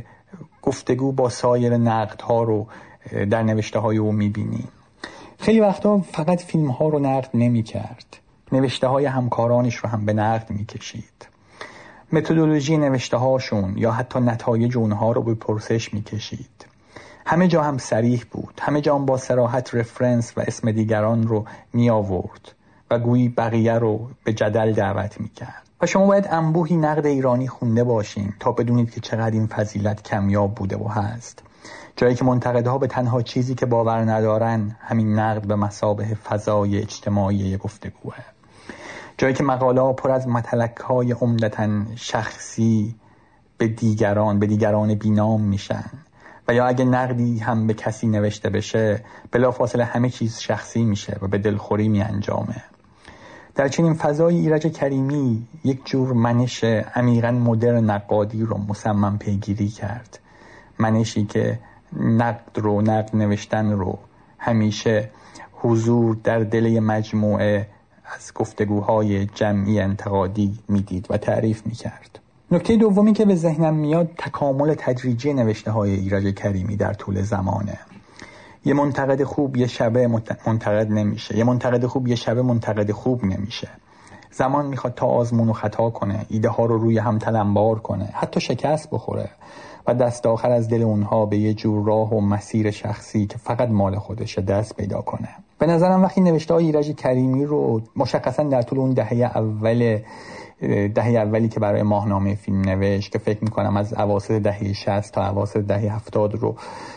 S5: گفتگو با سایر نقدها رو در نوشته های او میبینیم. خیلی وقتا فقط فیلم ها رو نقد نمی کرد، نوشته های همکارانش رو هم به نقد می کشید. متدولوژی نوشته هاشون یا حتی نتایج اونها رو به پرسش می کشید. همه جا هم صریح بود، همه جا هم با صراحت رفرنس و اسم دیگران رو می آورد و گویی بقیه رو به جدل دعوت می کرد. و شما باید انبوهی نقد ایرانی خونده باشین تا بدونید که چقدر این فضیلت کمیاب بوده و هست. جایی که منتقدها به تنها چیزی که باور ندارن همین نقد به مثابه فضای اجتماعی گفتگوه. جایی که مقاله‌ها پر از متلک‌های عمدتاً شخصی به دیگران به دیگران بینام میشن و یا اگه نقدی هم به کسی نوشته بشه بلافاصله همه چیز شخصی میشه و به دلخوری می انجامه. در چنین فضای ایرج کریمی یک جور منش عمیقاً مدرن نقادی رو مصمم پیگیری کرد. منشی که نقد رو نقد نوشتن رو همیشه حضور در دل مجموعه از گفتگوهای جمعی انتقادی میدید و تعریف میکرد. نکته دومی که به ذهنم میاد تکامل تدریجی نوشته های ایرج کریمی در طول زمانه. یه منتقد خوب یه شبه منتقد نمیشه، یه منتقد خوب یه شبه منتقد خوب نمیشه. زمان میخواد تا آزمون و خطا کنه، ایده ها رو روی هم تلمبار کنه، حتی شکست بخوره و دست آخر از دل اونها به یه جور راه و مسیر شخصی که فقط مال خودشه دست پیدا کنه. به نظرم وقتی نوشته های ایرج کریمی رو مشخصا در طول اون دهه اول دهه اولی که برای ماهنامه فیلم نوشت که فکر میکنم از اواسط دهه شصت تا اواسط دهه هفتاد رو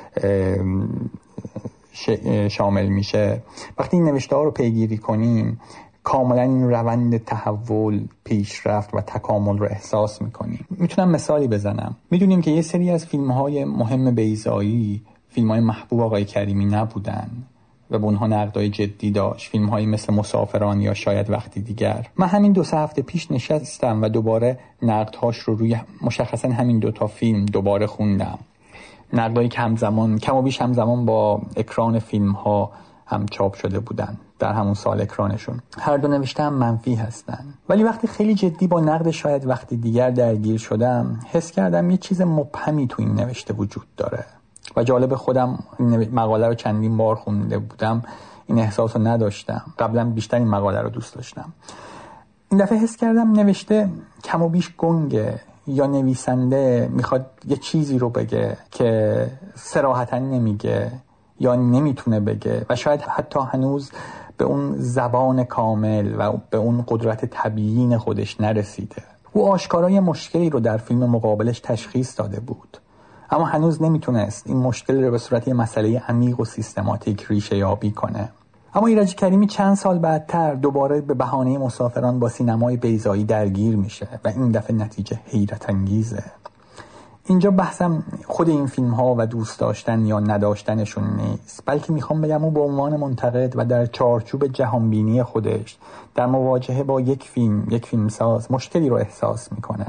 S5: شامل میشه، وقتی این نوشته ها رو پیگیری کنیم کاملا این روند تحول، پیشرفت و تکامل رو احساس میکنیم. میتونم مثالی بزنم. میدونیم که یه سری از فیلم های مهم بیضایی فیلم های محبوب آقای کریمی نبودن و به اونها نقدای جدی داشت. فیلم هایی مثل مسافران یا شاید وقتی دیگر. من همین دو سه هفته پیش نشستم و دوباره نقدهاش رو روی مشخصا همین دو تا فیلم دوباره خوندم. نقدایی که همزمان کم و بیش همزمان با اکران فیلم ها هم چاپ شده بودن در همون سال اکرانشون. هر دو نوشته هم منفی هستن، ولی وقتی خیلی جدی با نقد شاید وقتی دیگر درگیر شدم حس کردم یه چیز مبهمی تو این نوشته وجود داره و جالب خودم مقاله رو چندین بار خونده بودم این احساس رو نداشتم. قبلا بیشتر این مقاله رو دوست داشتم. این دفعه حس کردم نوشته کم و بیش گنگه یا نویسنده میخواد یه چیزی رو بگه که صراحتاً نمیگه یا نمیتونه بگه و شاید حتی هنوز به اون زبان کامل و به اون قدرت تبیین خودش نرسیده. او آشکارا یه مشکلی رو در فیلم مقابلش تشخیص داده بود، اما هنوز نمیتونست این مشکل رو به صورت یه مسئله عمیق و سیستماتیک ریشه یابی کنه. اما ایرج کریمی چند سال بعدتر دوباره به بهانه مسافران با سینمای بیضایی درگیر میشه و این دفعه نتیجه حیرت انگیزه. اینجا بحثم خود این فیلم ها و دوست داشتن یا نداشتنشون نیست، بلکه میخوام بگم اون به عنوان منتقد و در چارچوب جهانبینی خودش در مواجهه با یک فیلم، یک فیلمساز مشکلی رو احساس میکنه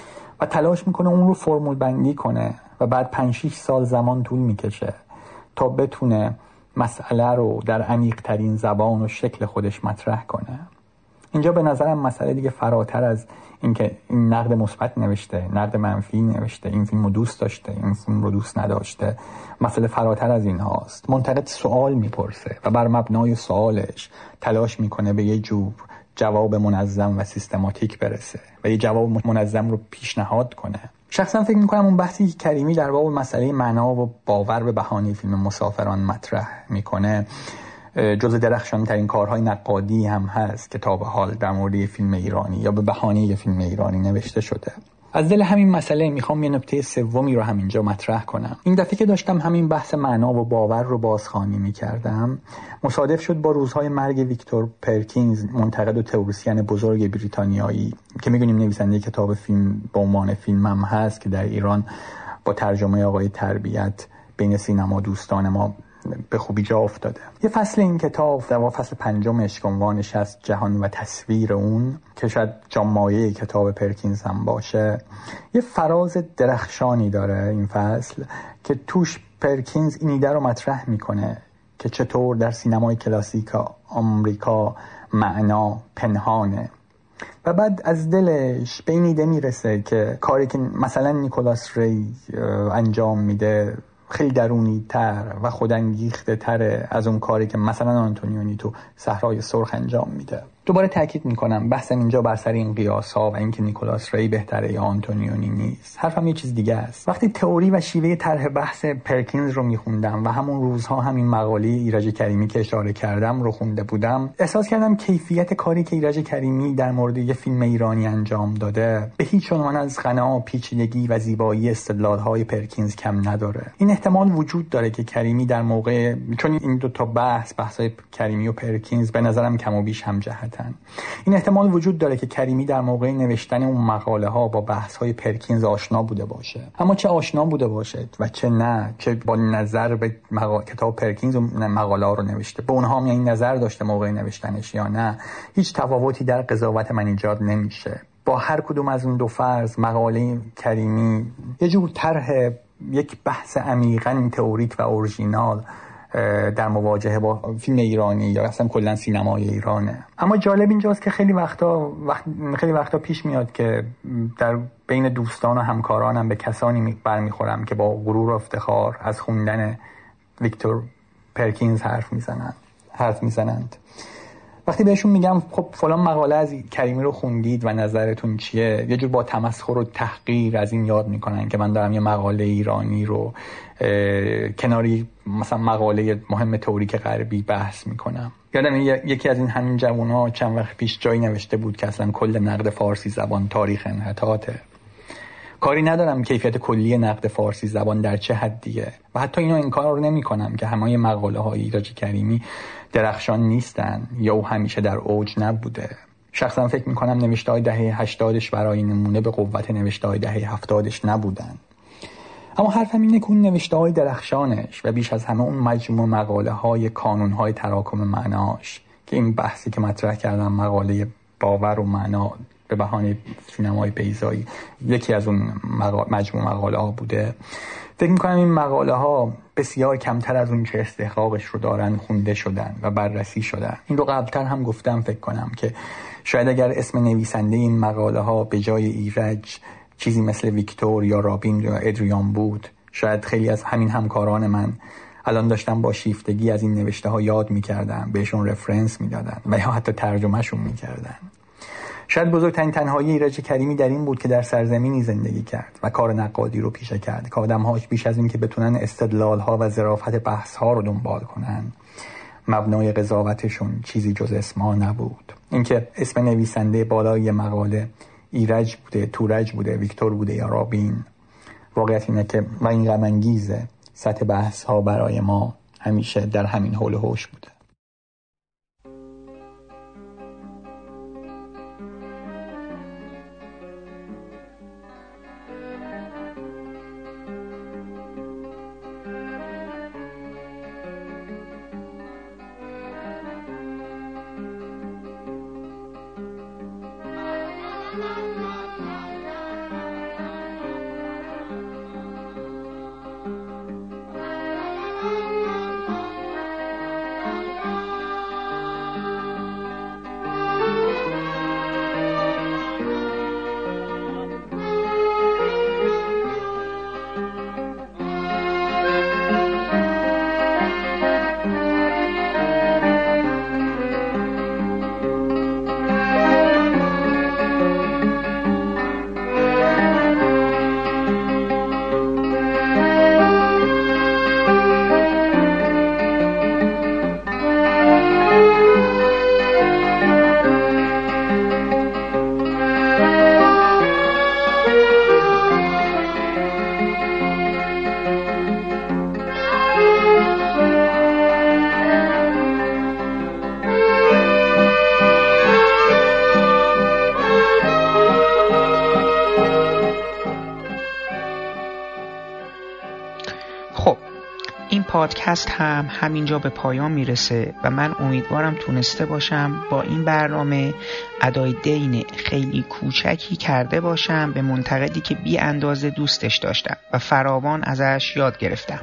S5: و تلاش میکنه اون رو فرمول بندی کنه و بعد پنج شش سال زمان طول میکشه تا بتونه مسئله رو در عمیق ترین زبان و شکل خودش مطرح کنه. اینجا به نظرم مسئله دیگه فراتر از اینکه این نقد مثبت نوشته، نقد منفی نوشته، این فیلم رو دوست داشته، این فیلم رو دوست نداشته، مسئله فراتر از این هاست. منتقد سوال میپرسه و بر مبنای سوالش تلاش میکنه به یه جور جواب منظم و سیستماتیک برسه و یه جواب منظم رو پیشنهاد کنه. شخصا فکر میکنم اون بحثی که کریمی در باب مسئله معنا و باور به بهانه فیلم مسافران مطرح میکنه جز درخشان ترین کارهای نقادی هم هست که تا به حال در مورد فیلم ایرانی یا به بهانه فیلم ایرانی نوشته شده. از دل همین مسئله میخوام یه نکته سومی رو همینجا مطرح کنم. این دفعه که داشتم همین بحث معنا و باور رو بازخوانی میکردم مصادف شد با روزهای مرگ ویکتور پرکینز، منتقد و تئوریسین بزرگ بریتانیایی که میگونیم نویسنده کتاب فیلم به عنوان فیلم هم هست که در ایران با ترجمه آقای تربیت بین سینما دوستان ما به خوبی جا افتاده. یه فصل این کتاب در واقع فصل پنجمش که عنوانش هست جهان و تصویر اون که شاید جامایه کتاب پرکینز هم باشه، یه فراز درخشانی داره این فصل که توش پرکینز این ایده رو مطرح میکنه که چطور در سینمای کلاسیک آمریکا معنا پنهانه و بعد از دلش به این ایده میرسه که کاری که مثلا نیکولاس ری انجام میده خیلی درونی تر و خودانگیخته تره از اون کاری که مثلا آنتونیونی تو صحرای سرخ انجام میده. دوباره تاکید میکنم بحثم اینجا بر سر این قیاس ها و اینکه نیکولاس ری بهتره یا آنتونیونی نیست. حرفم یه چیز دیگه است. وقتی تئوری و شیوه طرح بحث پرکینز رو میخوندم و همون روزها همین مقاله ایرج کریمی که اشاره کردم رو خونده بودم، احساس کردم کیفیت کاری که ایرج کریمی در مورد یه فیلم ایرانی انجام داده به هیچ عنوان از غنا، پیچیدگی و زیبایی استدلال‌های پرکینز کم نداره. این احتمال وجود داره که کریمی در موقع، چون این دو تا بحث بحث‌های کریمی و پرکینز به نظرم کم و بیش هم جهت، این احتمال وجود داره که کریمی در موقع نوشتن اون مقاله ها با بحث های پرکینز آشنا بوده باشه. اما چه آشنا بوده باشه و چه نه، چه با نظر به مقاله کتاب پرکینز و مقاله ها رو نوشته به اونها هم این نظر داشته موقع نوشتنش یا نه، هیچ تفاوتی در قضاوت من ایجاد نمیشه. با هر کدوم از اون دو فرض مقاله کریمی یه جور طرح یک بحث عمیقاً تئوریک و اورجینال در مواجهه با فیلم ایرانی یا اصلا کلا سینمای ایرانه. اما جالب اینجاست که خیلی وقتا وقت خیلی وقتا پیش میاد که در بین دوستان و همکارانم به کسانی برمیخورم که با غرور و افتخار از خوندن ویکتور پرکینز حرف میزنند حرف میزنند وقتی بهشون میگم خب فلان مقاله از کریمی رو خوندید و نظرتون چیه، یه جور با تمسخر و تحقیر از این یاد میکنن که من دارم یه مقاله ایرانی رو کناری مثلا مقاله مهم تئوریک غربی بحث میکنم. یادم یکی از این همین جوونا چند وقت پیش جایی نوشته بود که اصلا کل نقد فارسی زبان تاریخ انحطاطه. کاری ندارم کیفیت کلی نقد فارسی زبان در چه حدیه و حتی اینو انکار رو نمی کنم که همه مقاله های ایرج کریمی درخشان نیستن یا او همیشه در اوج نبوده. شخصا فکر می کنم نوشته های دهه هشتادش برای نمونه به قوت نوشته های دهه هفتادش نبودن. اما حرفم اینه که اون نوشته های درخشانش و بیش از همه اون مجموع مقاله های کانون های تراکم معناش که این بحثی که مطرح کردم مقاله باور و معنا به بهانه سینمای بیضایی یکی از اون مجموع مقاله ها بوده. فکر میکنم این مقاله ها بسیار کمتر از اون چه استحقاقش رو دارن خونده شدن و بررسی شدن. این رو قبلتر هم گفتم فکر کنم که شاید اگر اسم نویسنده این مقاله ها به جای ایرج چیزی مثل ویکتور یا رابین یا ادریان بود، شاید خیلی از همین همکاران من الان داشتن با شیفتگی از این نوشته ها یاد میکردن، بهشون رفرنس میدادن و یا حتی ترجمه شون میکردن. شاید بزرگترین تنهایی ایرج کریمی در این بود که در سرزمینی زندگی کرد و کار نقادی رو پیشه کرد که آدم‌هاش بیش از این که بتونن استدلال‌ها و ظرافت بحث‌ها رو دنبال کنن، مبنای قضاوتشون چیزی جز اسم‌ها نبود. اینکه اسم نویسنده بالای مقاله ایرج بوده، تورج بوده، ویکتور بوده یا رابین، واقعیت اینه که و این غم انگیزه سطح بحث‌ها برای ما همیشه در همین حول و حوش بوده.
S1: پادکست هم همینجا به پایان میرسه و من امیدوارم تونسته باشم با این برنامه ادای دین خیلی کوچکی کرده باشم به منتقدی که بی اندازه دوستش داشتم و فراوان ازش یاد گرفتم.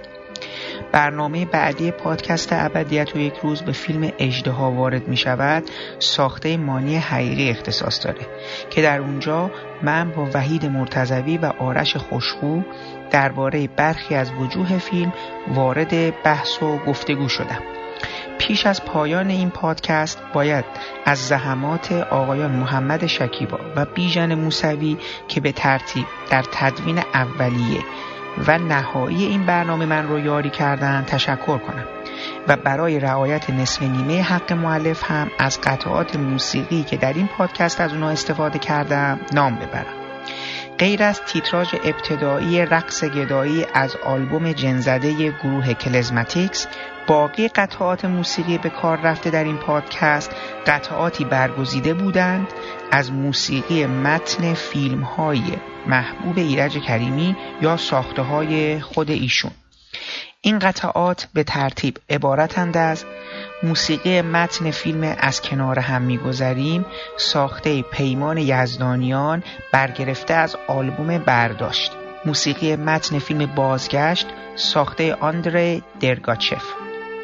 S1: برنامه بعدی پادکست ابدیت و یک روز به فیلم اژدها وارد می شود ساخته مانی حقیقی اختصاص داره که در اونجا من با وحید مرتضوی و آرش خوشخو درباره برخی از وجوه فیلم وارد بحث و گفتگو شدم. پیش از پایان این پادکست باید از زحمات آقایان محمد شکیبا و بیژن موسوی که به ترتیب در تدوین اولیه و نهایی این برنامه من رو یاری کردن تشکر کنم و برای رعایت نصف نیمه حق مؤلف هم از قطعات موسیقی که در این پادکست از اونها استفاده کردم نام ببرم. غیر از تیتراژ ابتدایی رقص گدایی از آلبوم جنزده گروه کلزماتیکس، باقی قطعات موسیقی به کار رفته در این پادکست قطعاتی برگزیده بودند از موسیقی متن فیلم‌های محبوب ایرج کریمی یا ساخته‌های خود ایشون. این قطعات به ترتیب عبارتند از موسیقی متن فیلم از کنار هم می‌گذریم ساخته پیمان یزدانیان برگرفته از آلبوم برداشت، موسیقی متن فیلم بازگشت ساخته آندری درگاچف،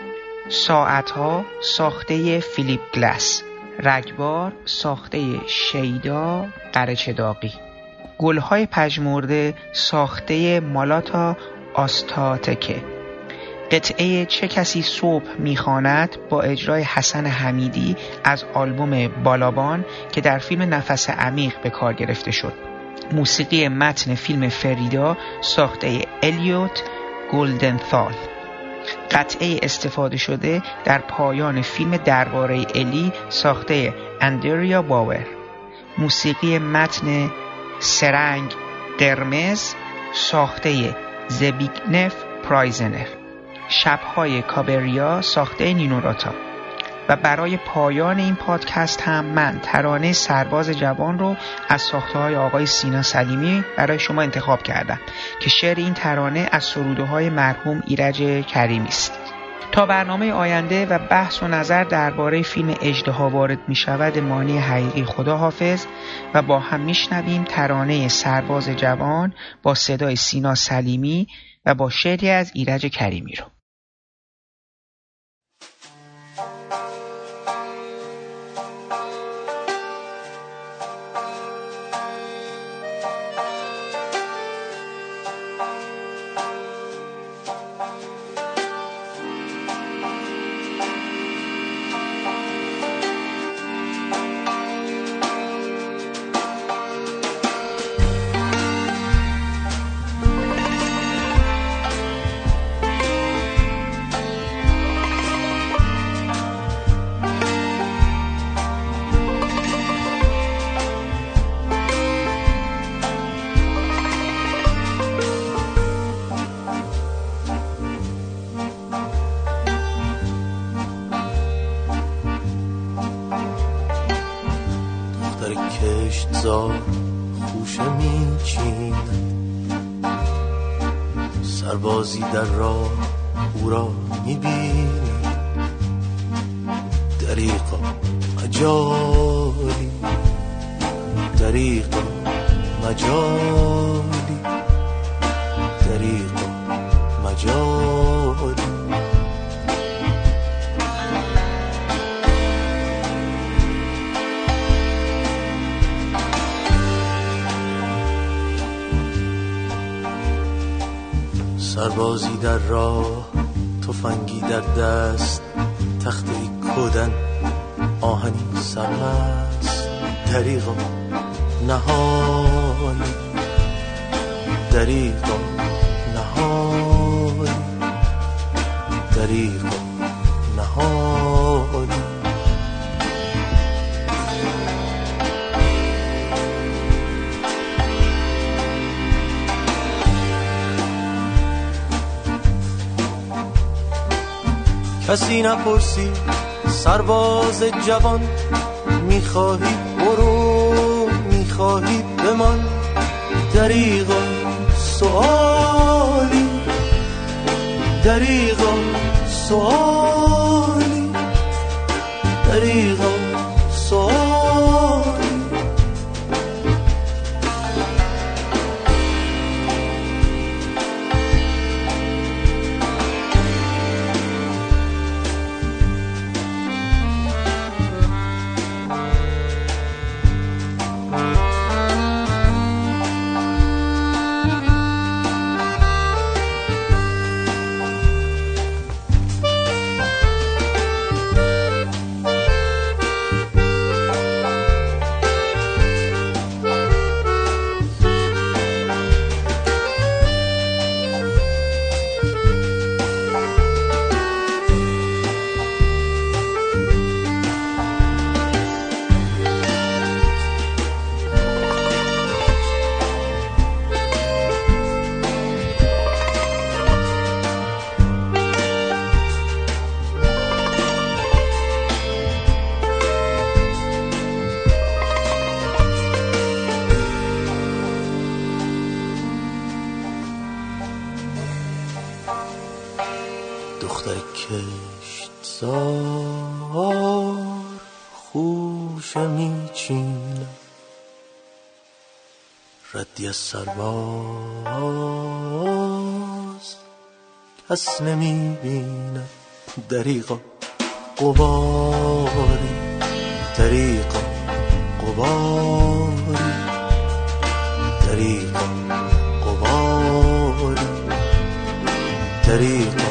S1: ساعتها ساخته فیلیپ گلاس، رگبار ساخته شیدا قرچداغی، گلهای پژمرده ساخته مالاتا آستاتکه، قطعه چه کسی صبح میخواند با اجرای حسن حمیدی از آلبوم بالابان که در فیلم نفس عمیق به کار گرفته شد، موسیقی متن فیلم فریدا ساخته الیوت گلدنثال، قطعه استفاده شده در پایان فیلم درباره الی ساخته اندریا باور، موسیقی متن سرنگ قرمز ساخته زبیگنف پرایزنر، شب‌های کابریا ساخته نینوراتا. و برای پایان این پادکست هم من ترانه سرباز جوان رو از ساخته‌های آقای سینا سلیمی برای شما انتخاب کردم که شعر این ترانه از سروده‌های مرحوم ایرج کریمی است. تا برنامه آینده و بحث و نظر درباره فیلم اژدها وارد می‌شود مانی حقیقی خداحافظ و با هم میشنویم ترانه سرباز جوان با صدای سینا سلیمی و با شعری از ایرج کریمی رو.
S9: خوشه میچین سربازی در راه او را میبینی دریقا مجالی دریقا مجالی دریقا مجالی سربازی در راه تفنگی در دست تختی کودن آهنی سرمست دریغا نهانی دریغا نهانی دریغا نهانی کسی نپرسی سرباز جوان میخواهی برو میخواهی بمان دریغا سوالی دریغا سوالی دریغا سوالی دختر کشتزار خوشه میچینه ردی از سرباز کس نمیبینه دریغا قباری دریغا قباری دریغا قباری دریغا